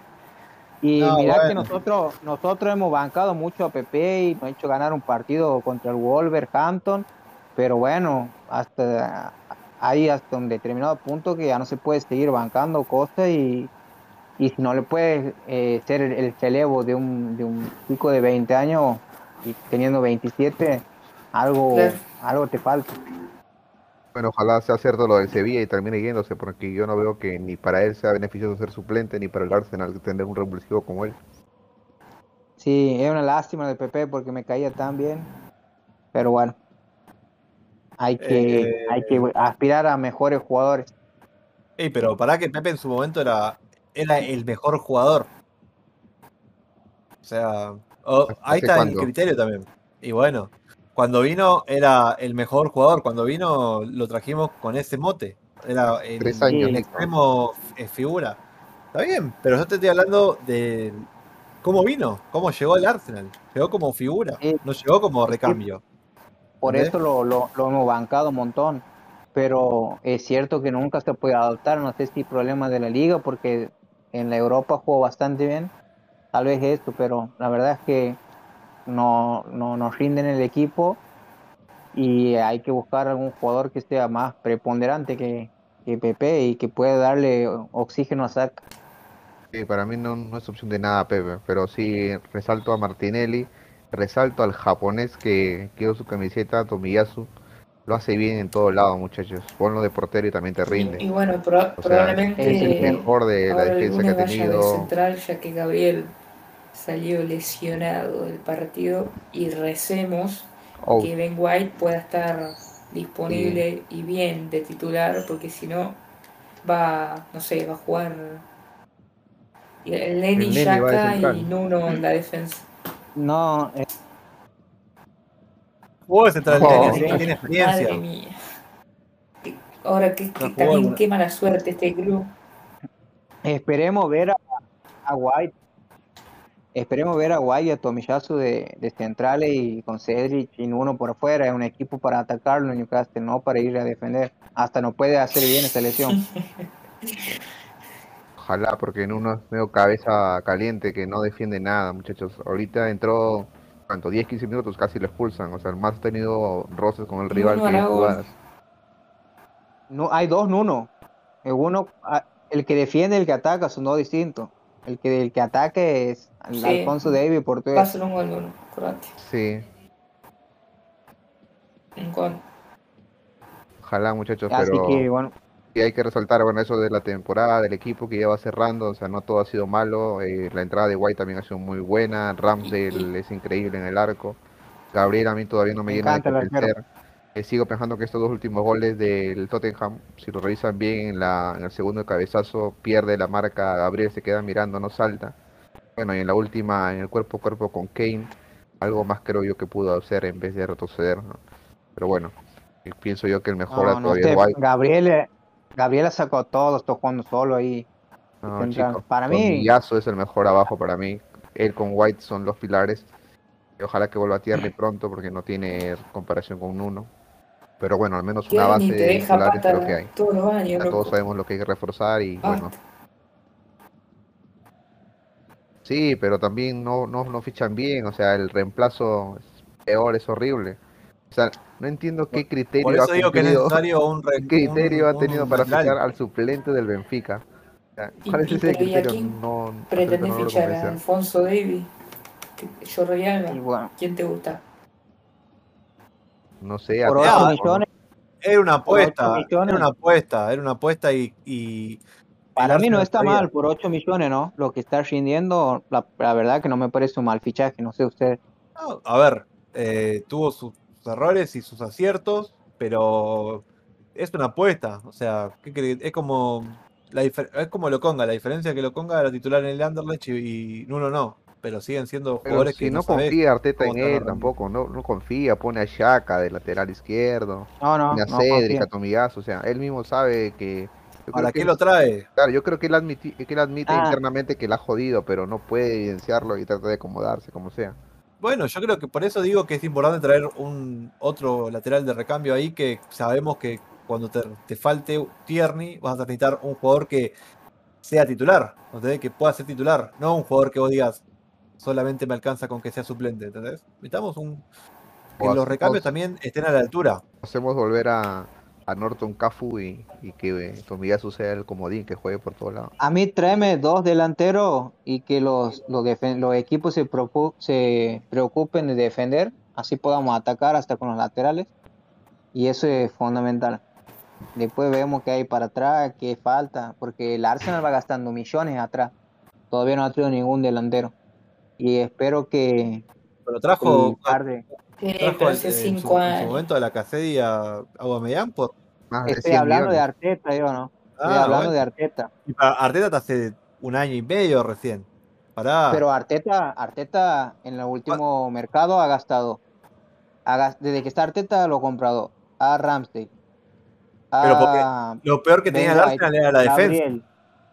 Y No, mira que bueno. nosotros, nosotros hemos bancado mucho a Pepe y nos ha hecho ganar un partido contra el Wolverhampton, pero bueno, hasta ahí hasta un determinado punto que ya no se puede seguir bancando cosas y, y si no le puedes eh, ser el, el relevo de un, de un chico de veinte años y teniendo veintisiete, Claro. algo, algo te falta. Bueno, ojalá sea cierto lo del Sevilla y termine yéndose, porque yo no veo que ni para él sea beneficioso ser suplente, ni para el Arsenal tener un revulsivo como él. Sí, es una lástima de Pepe porque me caía tan bien, pero bueno, hay que, Eh, hay que aspirar a mejores jugadores. ey, pero pará que Pepe en su momento era, era el mejor jugador. O sea, oh, ahí ¿Hace está el cuándo? criterio también. Y bueno, cuando vino era el mejor jugador. Cuando vino lo trajimos con ese mote. Era Tres el, años. el Sí, extremo eh, figura. Está bien, pero yo te estoy hablando de cómo vino, cómo llegó al Arsenal. Llegó como figura, Sí, no llegó como sí, recambio. por ¿Entendés? eso lo, lo, lo hemos bancado un montón. Pero es cierto que nunca se puede adaptar. No sé si problema de la liga, porque en la Europa jugó bastante bien. Tal vez esto, pero la verdad es que no, no nos rinden el equipo y hay que buscar algún jugador que sea más preponderante que, que Pepe y que pueda darle oxígeno a Saka. Sí, para mí no, no es opción de nada Pepe, pero sí resalto a Martinelli, resalto al japonés que quiero su camiseta, Tomiyasu, lo hace bien en todos lados, muchachos. Ponlo de portero y también te Y, rinde. y bueno, pro- O sea, es, Es es el el tema. probablemente mejor de la ahora el defensa que ha lunes vaya de tenido. central, ya que Gabriel salió lesionado del partido, y recemos Oh, que Ben White pueda estar sí. disponible y bien de titular, porque si no va, no sé, va a jugar Lenny, El Neni va de Xhaka y central. Nuno en la defensa. No, eh, Jugó de central en línea, Madre así que mía, tiene madre experiencia. mía. Ahora que, Ya que jugó también alguna. qué mala suerte este club. esperemos ver a, a White, esperemos ver a White y a Tomiyasu de, de centrales y con Cedric y uno por afuera. Es un equipo para atacarlo en Newcastle, no para ir a defender. Hasta no puede hacer bien esa lesión. Ojalá, porque en uno es medio cabeza caliente que no defiende nada, muchachos. Ahorita entró, ¿cuánto? diez quince minutos casi lo expulsan. O sea, el más ha tenido roces con el rival Nuno que hará gol. jugadas. No, hay dos Nuno. El uno, ah, el que defiende y el que ataca son dos distintos. El que, el que ataca es Al- Sí, Alfonso Davies, portugués. pásalo un gol, Nuno. Croatia. Sí, Un gol. ojalá, muchachos, Así que, pero bueno, y hay que resaltar, bueno, eso de la temporada, del equipo que ya va cerrando, o sea, no todo ha sido malo, eh, la entrada de White también ha sido muy buena, Y, y Ramsdale es increíble en el arco, Gabriel a mí todavía no me me llena de encanta el arquero. convencer, eh, sigo pensando que estos dos últimos goles del Tottenham, si lo revisan bien en la, en el segundo cabezazo, pierde la marca, Gabriel se queda mirando, no salta, bueno, y en la última, en el cuerpo a cuerpo con Kane, algo más creo yo que pudo hacer en vez de retroceder, ¿no? Pero bueno, eh, pienso yo que el mejor No, no todavía es sé, White. Gabriel, Gabriel sacó a todos, está jugando solo ahí de No, central. chicos, Para mí, Tomiyasu es el mejor abajo para mí. Él con White son los pilares. Y ojalá que vuelva a Tierney pronto porque no tiene comparación con Nuno. Pero bueno, al menos una base Tierney te de deja titulares creo que pata hay. todos los años, Ya todos loco. sabemos lo que hay que reforzar y bueno. Basta. Sí, pero también no, no, no fichan bien. O sea, el reemplazo es peor, es horrible. O sea, no entiendo Por, qué por criterio ha eso digo que es cumplido, necesario un, qué re- un, criterio ha tenido un para fichar lateral. al suplente del Benfica. O sea, Y, ¿cuál es y ese pero ¿y a criterio? quién No, hasta ahorita pretende no logro fichar? ¿A convencer. Alfonso Davies? ¿Jordi y Alba? bueno, ¿Quién te gusta? No sé, a por ocho Mirá, Thiago, ¿no? millones, era una por ocho apuesta, era millones, una apuesta, era una apuesta y, y el para mí no Arsenal está sabía. mal, por ocho millones, ¿no? Lo que está rindiendo, la, la verdad que no me parece un mal fichaje, no sé usted. No, a ver, eh, tuvo sus, sus errores y sus aciertos, pero es una apuesta. O sea, ¿qué cree? Es como la difer- es como Lokonga, la diferencia que Lokonga era titular en el Anderlecht y, y Nuno no, pero siguen siendo Pero jugadores si que no no sabes confía Arteta cómo en te van a él rendir. tampoco, no, no confía, pone a Xhaka de lateral izquierdo, No, pone no, a no Cedric, a confío. Tomiyasu, o sea, él mismo sabe que, yo creo ¿Para que qué lo es, trae? claro, yo creo que él admiti- que él admite Ah, internamente que la ha jodido, pero no puede evidenciarlo y trata de acomodarse como sea. Bueno, yo creo que por eso digo que es importante traer un otro lateral de recambio ahí que sabemos que cuando te, te falte Tierney vas a necesitar un jugador que sea titular, ¿entendés? Que pueda ser titular, no un jugador que vos digas solamente me alcanza con que sea suplente, ¿entendés? Necesitamos un que O los recambios hacemos, también estén a la altura. hacemos volver a, a Norton Cafu y, y que eh, Tomiyasu sea el comodín que juegue por todos lados. a mí tráeme dos delanteros y que los, los, defen- los equipos se, preocu- se preocupen de defender, así podamos atacar hasta con los laterales, y eso es fundamental. Después vemos qué hay para atrás, qué falta, porque el Arsenal va gastando millones atrás, todavía no ha traído ningún delantero, y espero que Pero trajo, el par de... Sí, trajo pero el- hace en, cinco su, en su años. momento a la Cacedi y a Aubameyang por. Más de Estoy cien hablando de millones. Arteta, yo no, estoy Ah, hablando bueno. de Arteta. Y para Arteta te hace un año y medio recién. Pará. Pero Arteta, Arteta en el último mercado ha gastado, ha gas- desde que está Arteta lo ha comprado a Ramsdale, Pero porque a lo peor que Ben tenía el White, Arsenal era la defensa. Gabriel.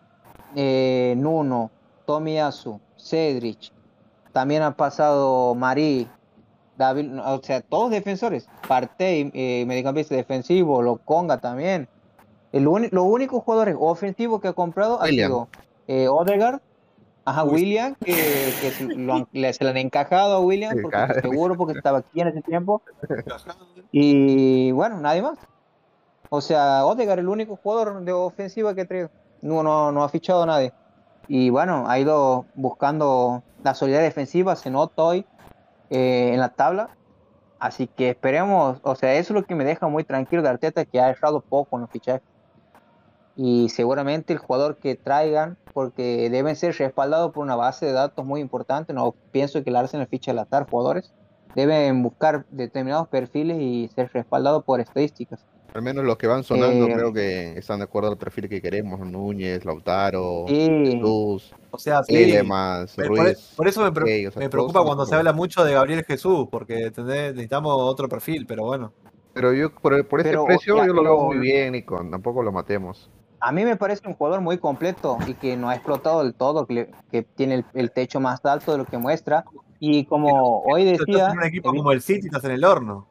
eh, Nuno, Tomiyasu, Cedric, también ha pasado Marí, David, o sea, todos defensores, Partey, eh, mediocampista defensivo, Lokonga también. El uni- los únicos jugadores ofensivos que ha comprado ha William. sido eh, Odegaard, ajá, Uy, William, que, que se, lo han, le, se le han encajado a William, Sí, porque caga de risa. seguro porque estaba aquí en ese tiempo, cajado. y bueno, nadie más. O sea, Odegaard el único jugador de ofensiva que ha traído. No, no, no ha fichado a nadie. Y bueno, ha ido buscando la solidez defensiva, se nota hoy eh, en la tabla. Así que esperemos, o sea, eso es lo que me deja muy tranquilo de Arteta, que ha errado poco en los fichajes. Y seguramente el jugador que traigan, porque deben ser respaldados por una base de datos muy importante, no pienso que el Arsenal fiche al azar jugadores, deben buscar determinados perfiles y ser respaldados por estadísticas. Al menos los que van sonando Eh, creo que están de acuerdo al perfil que queremos. Núñez, Lautaro, y Jesús, O sea, sí. Tielemans, Pe- Por, Ruiz, por eso me, pre- Gay, o sea, me todos preocupa están de cuando se acuerdo. habla mucho de Gabriel Jesús, porque ¿entendés? Necesitamos otro perfil, pero bueno. Pero yo por, por ese pero o precio sea, yo lo veo lo, muy bien, Nico. Tampoco lo matemos. a mí me parece un jugador muy completo y que no ha explotado del todo, que, le- que tiene el, el techo más alto de lo que muestra. Y Pero como hoy si estás en decía, un he equipo visto. como el City, estás en el horno.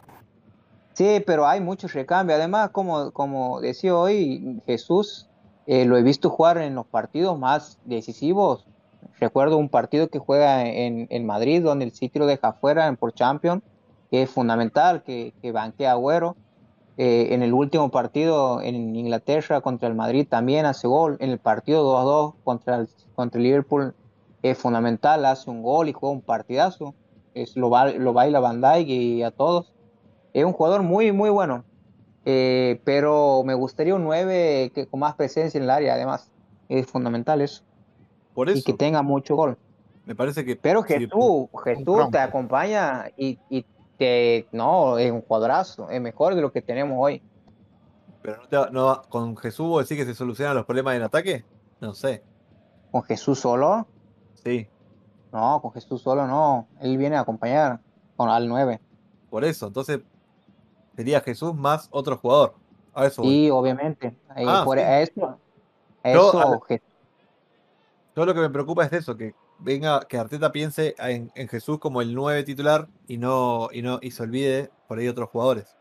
Sí, pero hay muchos recambios. Además, como, como decía hoy, Jesús, eh, lo he visto jugar en los partidos más decisivos. Recuerdo un partido que juega en, en Madrid, donde el City lo deja fuera en por Champions, que es fundamental, que, que banquea a Agüero. Eh, en el último partido en Inglaterra contra el Madrid también hace gol. En el partido dos a dos contra el, contra el Liverpool es fundamental, hace un gol y juega un partidazo. Es, lo, ba- lo baila Van Dijk y a todos. Es un jugador muy, muy bueno, eh, pero me gustaría un nueve que, con más presencia en el área, además. Es fundamental eso. Por Y que eso, tenga mucho gol. me parece que Pero si Jesús, Un Jesús te tronco. acompaña y, y te, no, es un cuadrazo, es mejor de lo que tenemos hoy. pero no, te va- no va- con Jesús vos decís que se solucionan los problemas en ataque. No sé. Con Jesús solo, Sí, no, con Jesús solo no. Él viene a acompañar con al nueve. por eso. Entonces sería Jesús más otro jugador. A eso voy. Sí, obviamente. Eh, Ah, por sí. eso, Yo, a- eso, Je- yo lo que me preocupa es eso, que venga, que Arteta piense en, en Jesús como el nueve titular y no, y no, y se olvide por ahí otros jugadores.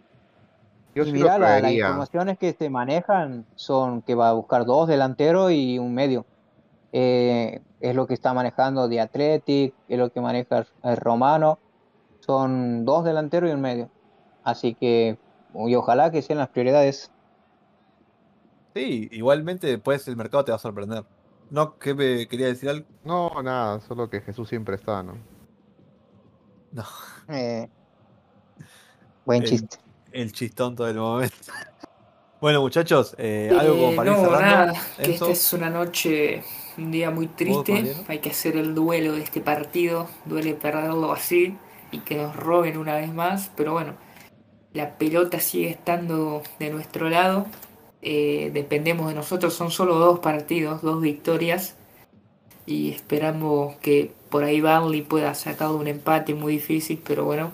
Yo y sí lo mira, la- las traería. informaciones que se manejan son que va a buscar dos delanteros y un medio. Eh, es lo que está manejando The Athletic, es lo que maneja el Romano. Son dos delanteros y un medio. Así que, y ojalá que sean las prioridades. Sí, igualmente después el mercado te va a sorprender. No, que me quería decir algo. No, nada, solo que Jesús siempre está, ¿no? No, Eh, buen el, chiste. el chistonto del momento. Bueno, muchachos, eh, algo como Eh, para ir no, cerrando. nada, que esta Enzo, es una noche, un día muy vos, triste. Mariano. Hay que hacer el duelo de este partido. Duele perderlo así y que nos roben una vez más. Pero bueno, la pelota sigue estando de nuestro lado. Eh, dependemos de nosotros. Son solo dos partidos, dos victorias. Y esperamos que por ahí Burnley pueda sacar un empate muy difícil. Pero bueno.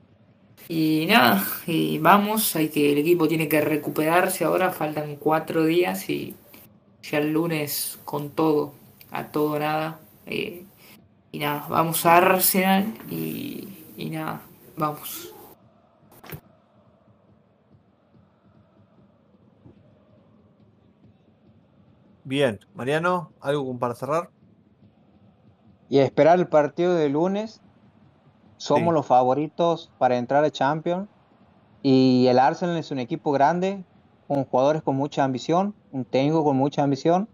Y nada, y vamos. Hay que, el equipo tiene que recuperarse ahora. Faltan cuatro días y ya el lunes con todo, a todo o nada. eh, y nada, vamos a Arsenal y, y nada, vamos. Bien, Mariano, algo como para cerrar. Y a esperar el partido de lunes. Somos Sí, los favoritos para entrar a Champions. Y el Arsenal es un equipo grande, con jugadores con mucha ambición, un técnico con mucha ambición.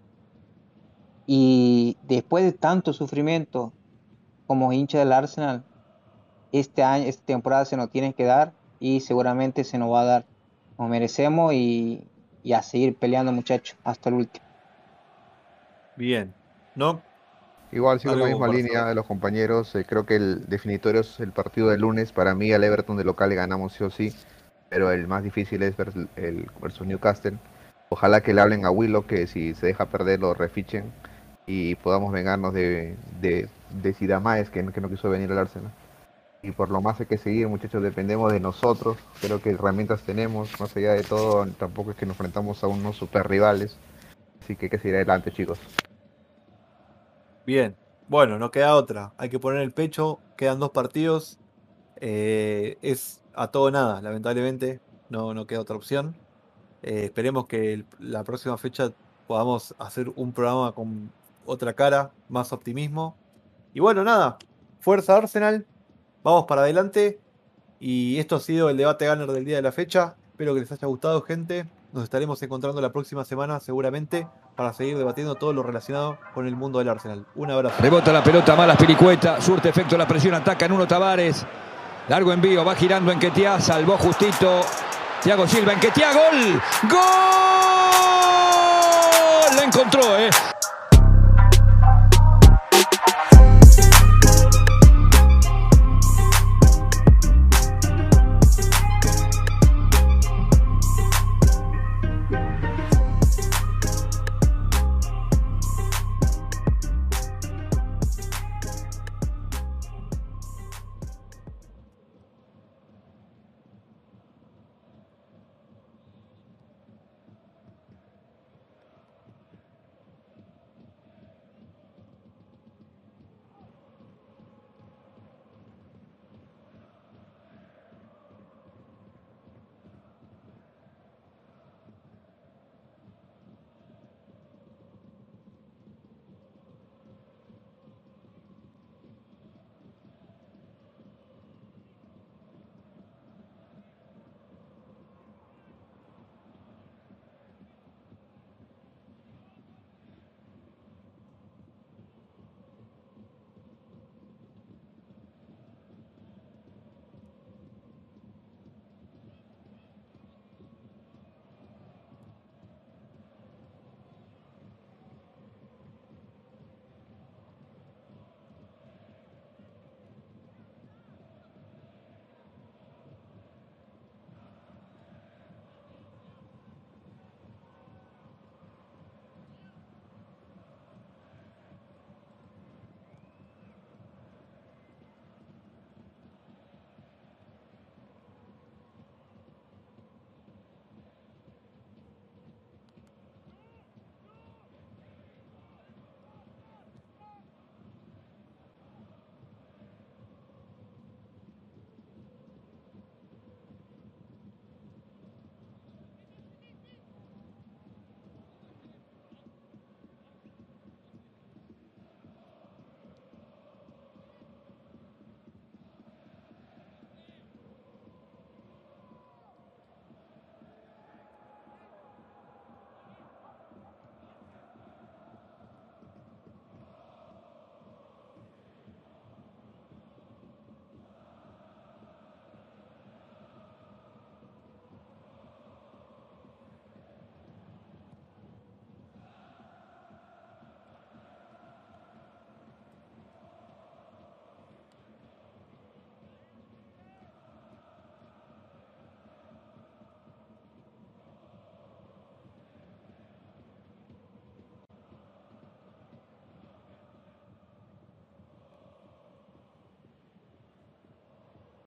Y después de tanto sufrimiento como hincha del Arsenal, este año, esta temporada se nos tiene que dar y seguramente se nos va a dar. Nos merecemos y, y a seguir peleando, muchachos, hasta el último. bien. ¿No? Igual sigo en la Algo como misma para línea cerrar. de los compañeros. eh, creo que el definitorio es el partido del lunes. Para mí, al Everton de local le ganamos sí o sí. Pero el más difícil es versus, el versus Newcastle. Ojalá que le hablen a Willock que si se deja perder lo refichen y podamos vengarnos de, de, de Sidamaes que, no- que no quiso venir al Arsenal. Y por lo más hay que seguir, muchachos, dependemos de nosotros. Creo que herramientas tenemos, más allá de todo, tampoco es que nos enfrentamos a unos super rivales. Así que hay que seguir adelante, chicos. Bien, bueno, no queda otra. Hay que poner el pecho, quedan dos partidos. Eh, es a todo o nada, lamentablemente. No, no queda otra opción. Eh, esperemos que el- la próxima fecha podamos hacer un programa con otra cara, más optimismo. Y bueno, nada, fuerza Arsenal, vamos para adelante. Y esto ha sido el debate Gunner del día de la fecha. Espero que les haya gustado, gente. Nos estaremos encontrando la próxima semana, seguramente, para seguir debatiendo todo lo relacionado con el mundo del Arsenal. Un abrazo. Rebota la pelota, mala Spilicueta, surte efecto la presión, ataca Nuno Tavares. Largo envío, va girando Enquetia, salvó justito. Thiago Silva, Enquetia, gol. ¡Gol! La encontró, ¿eh?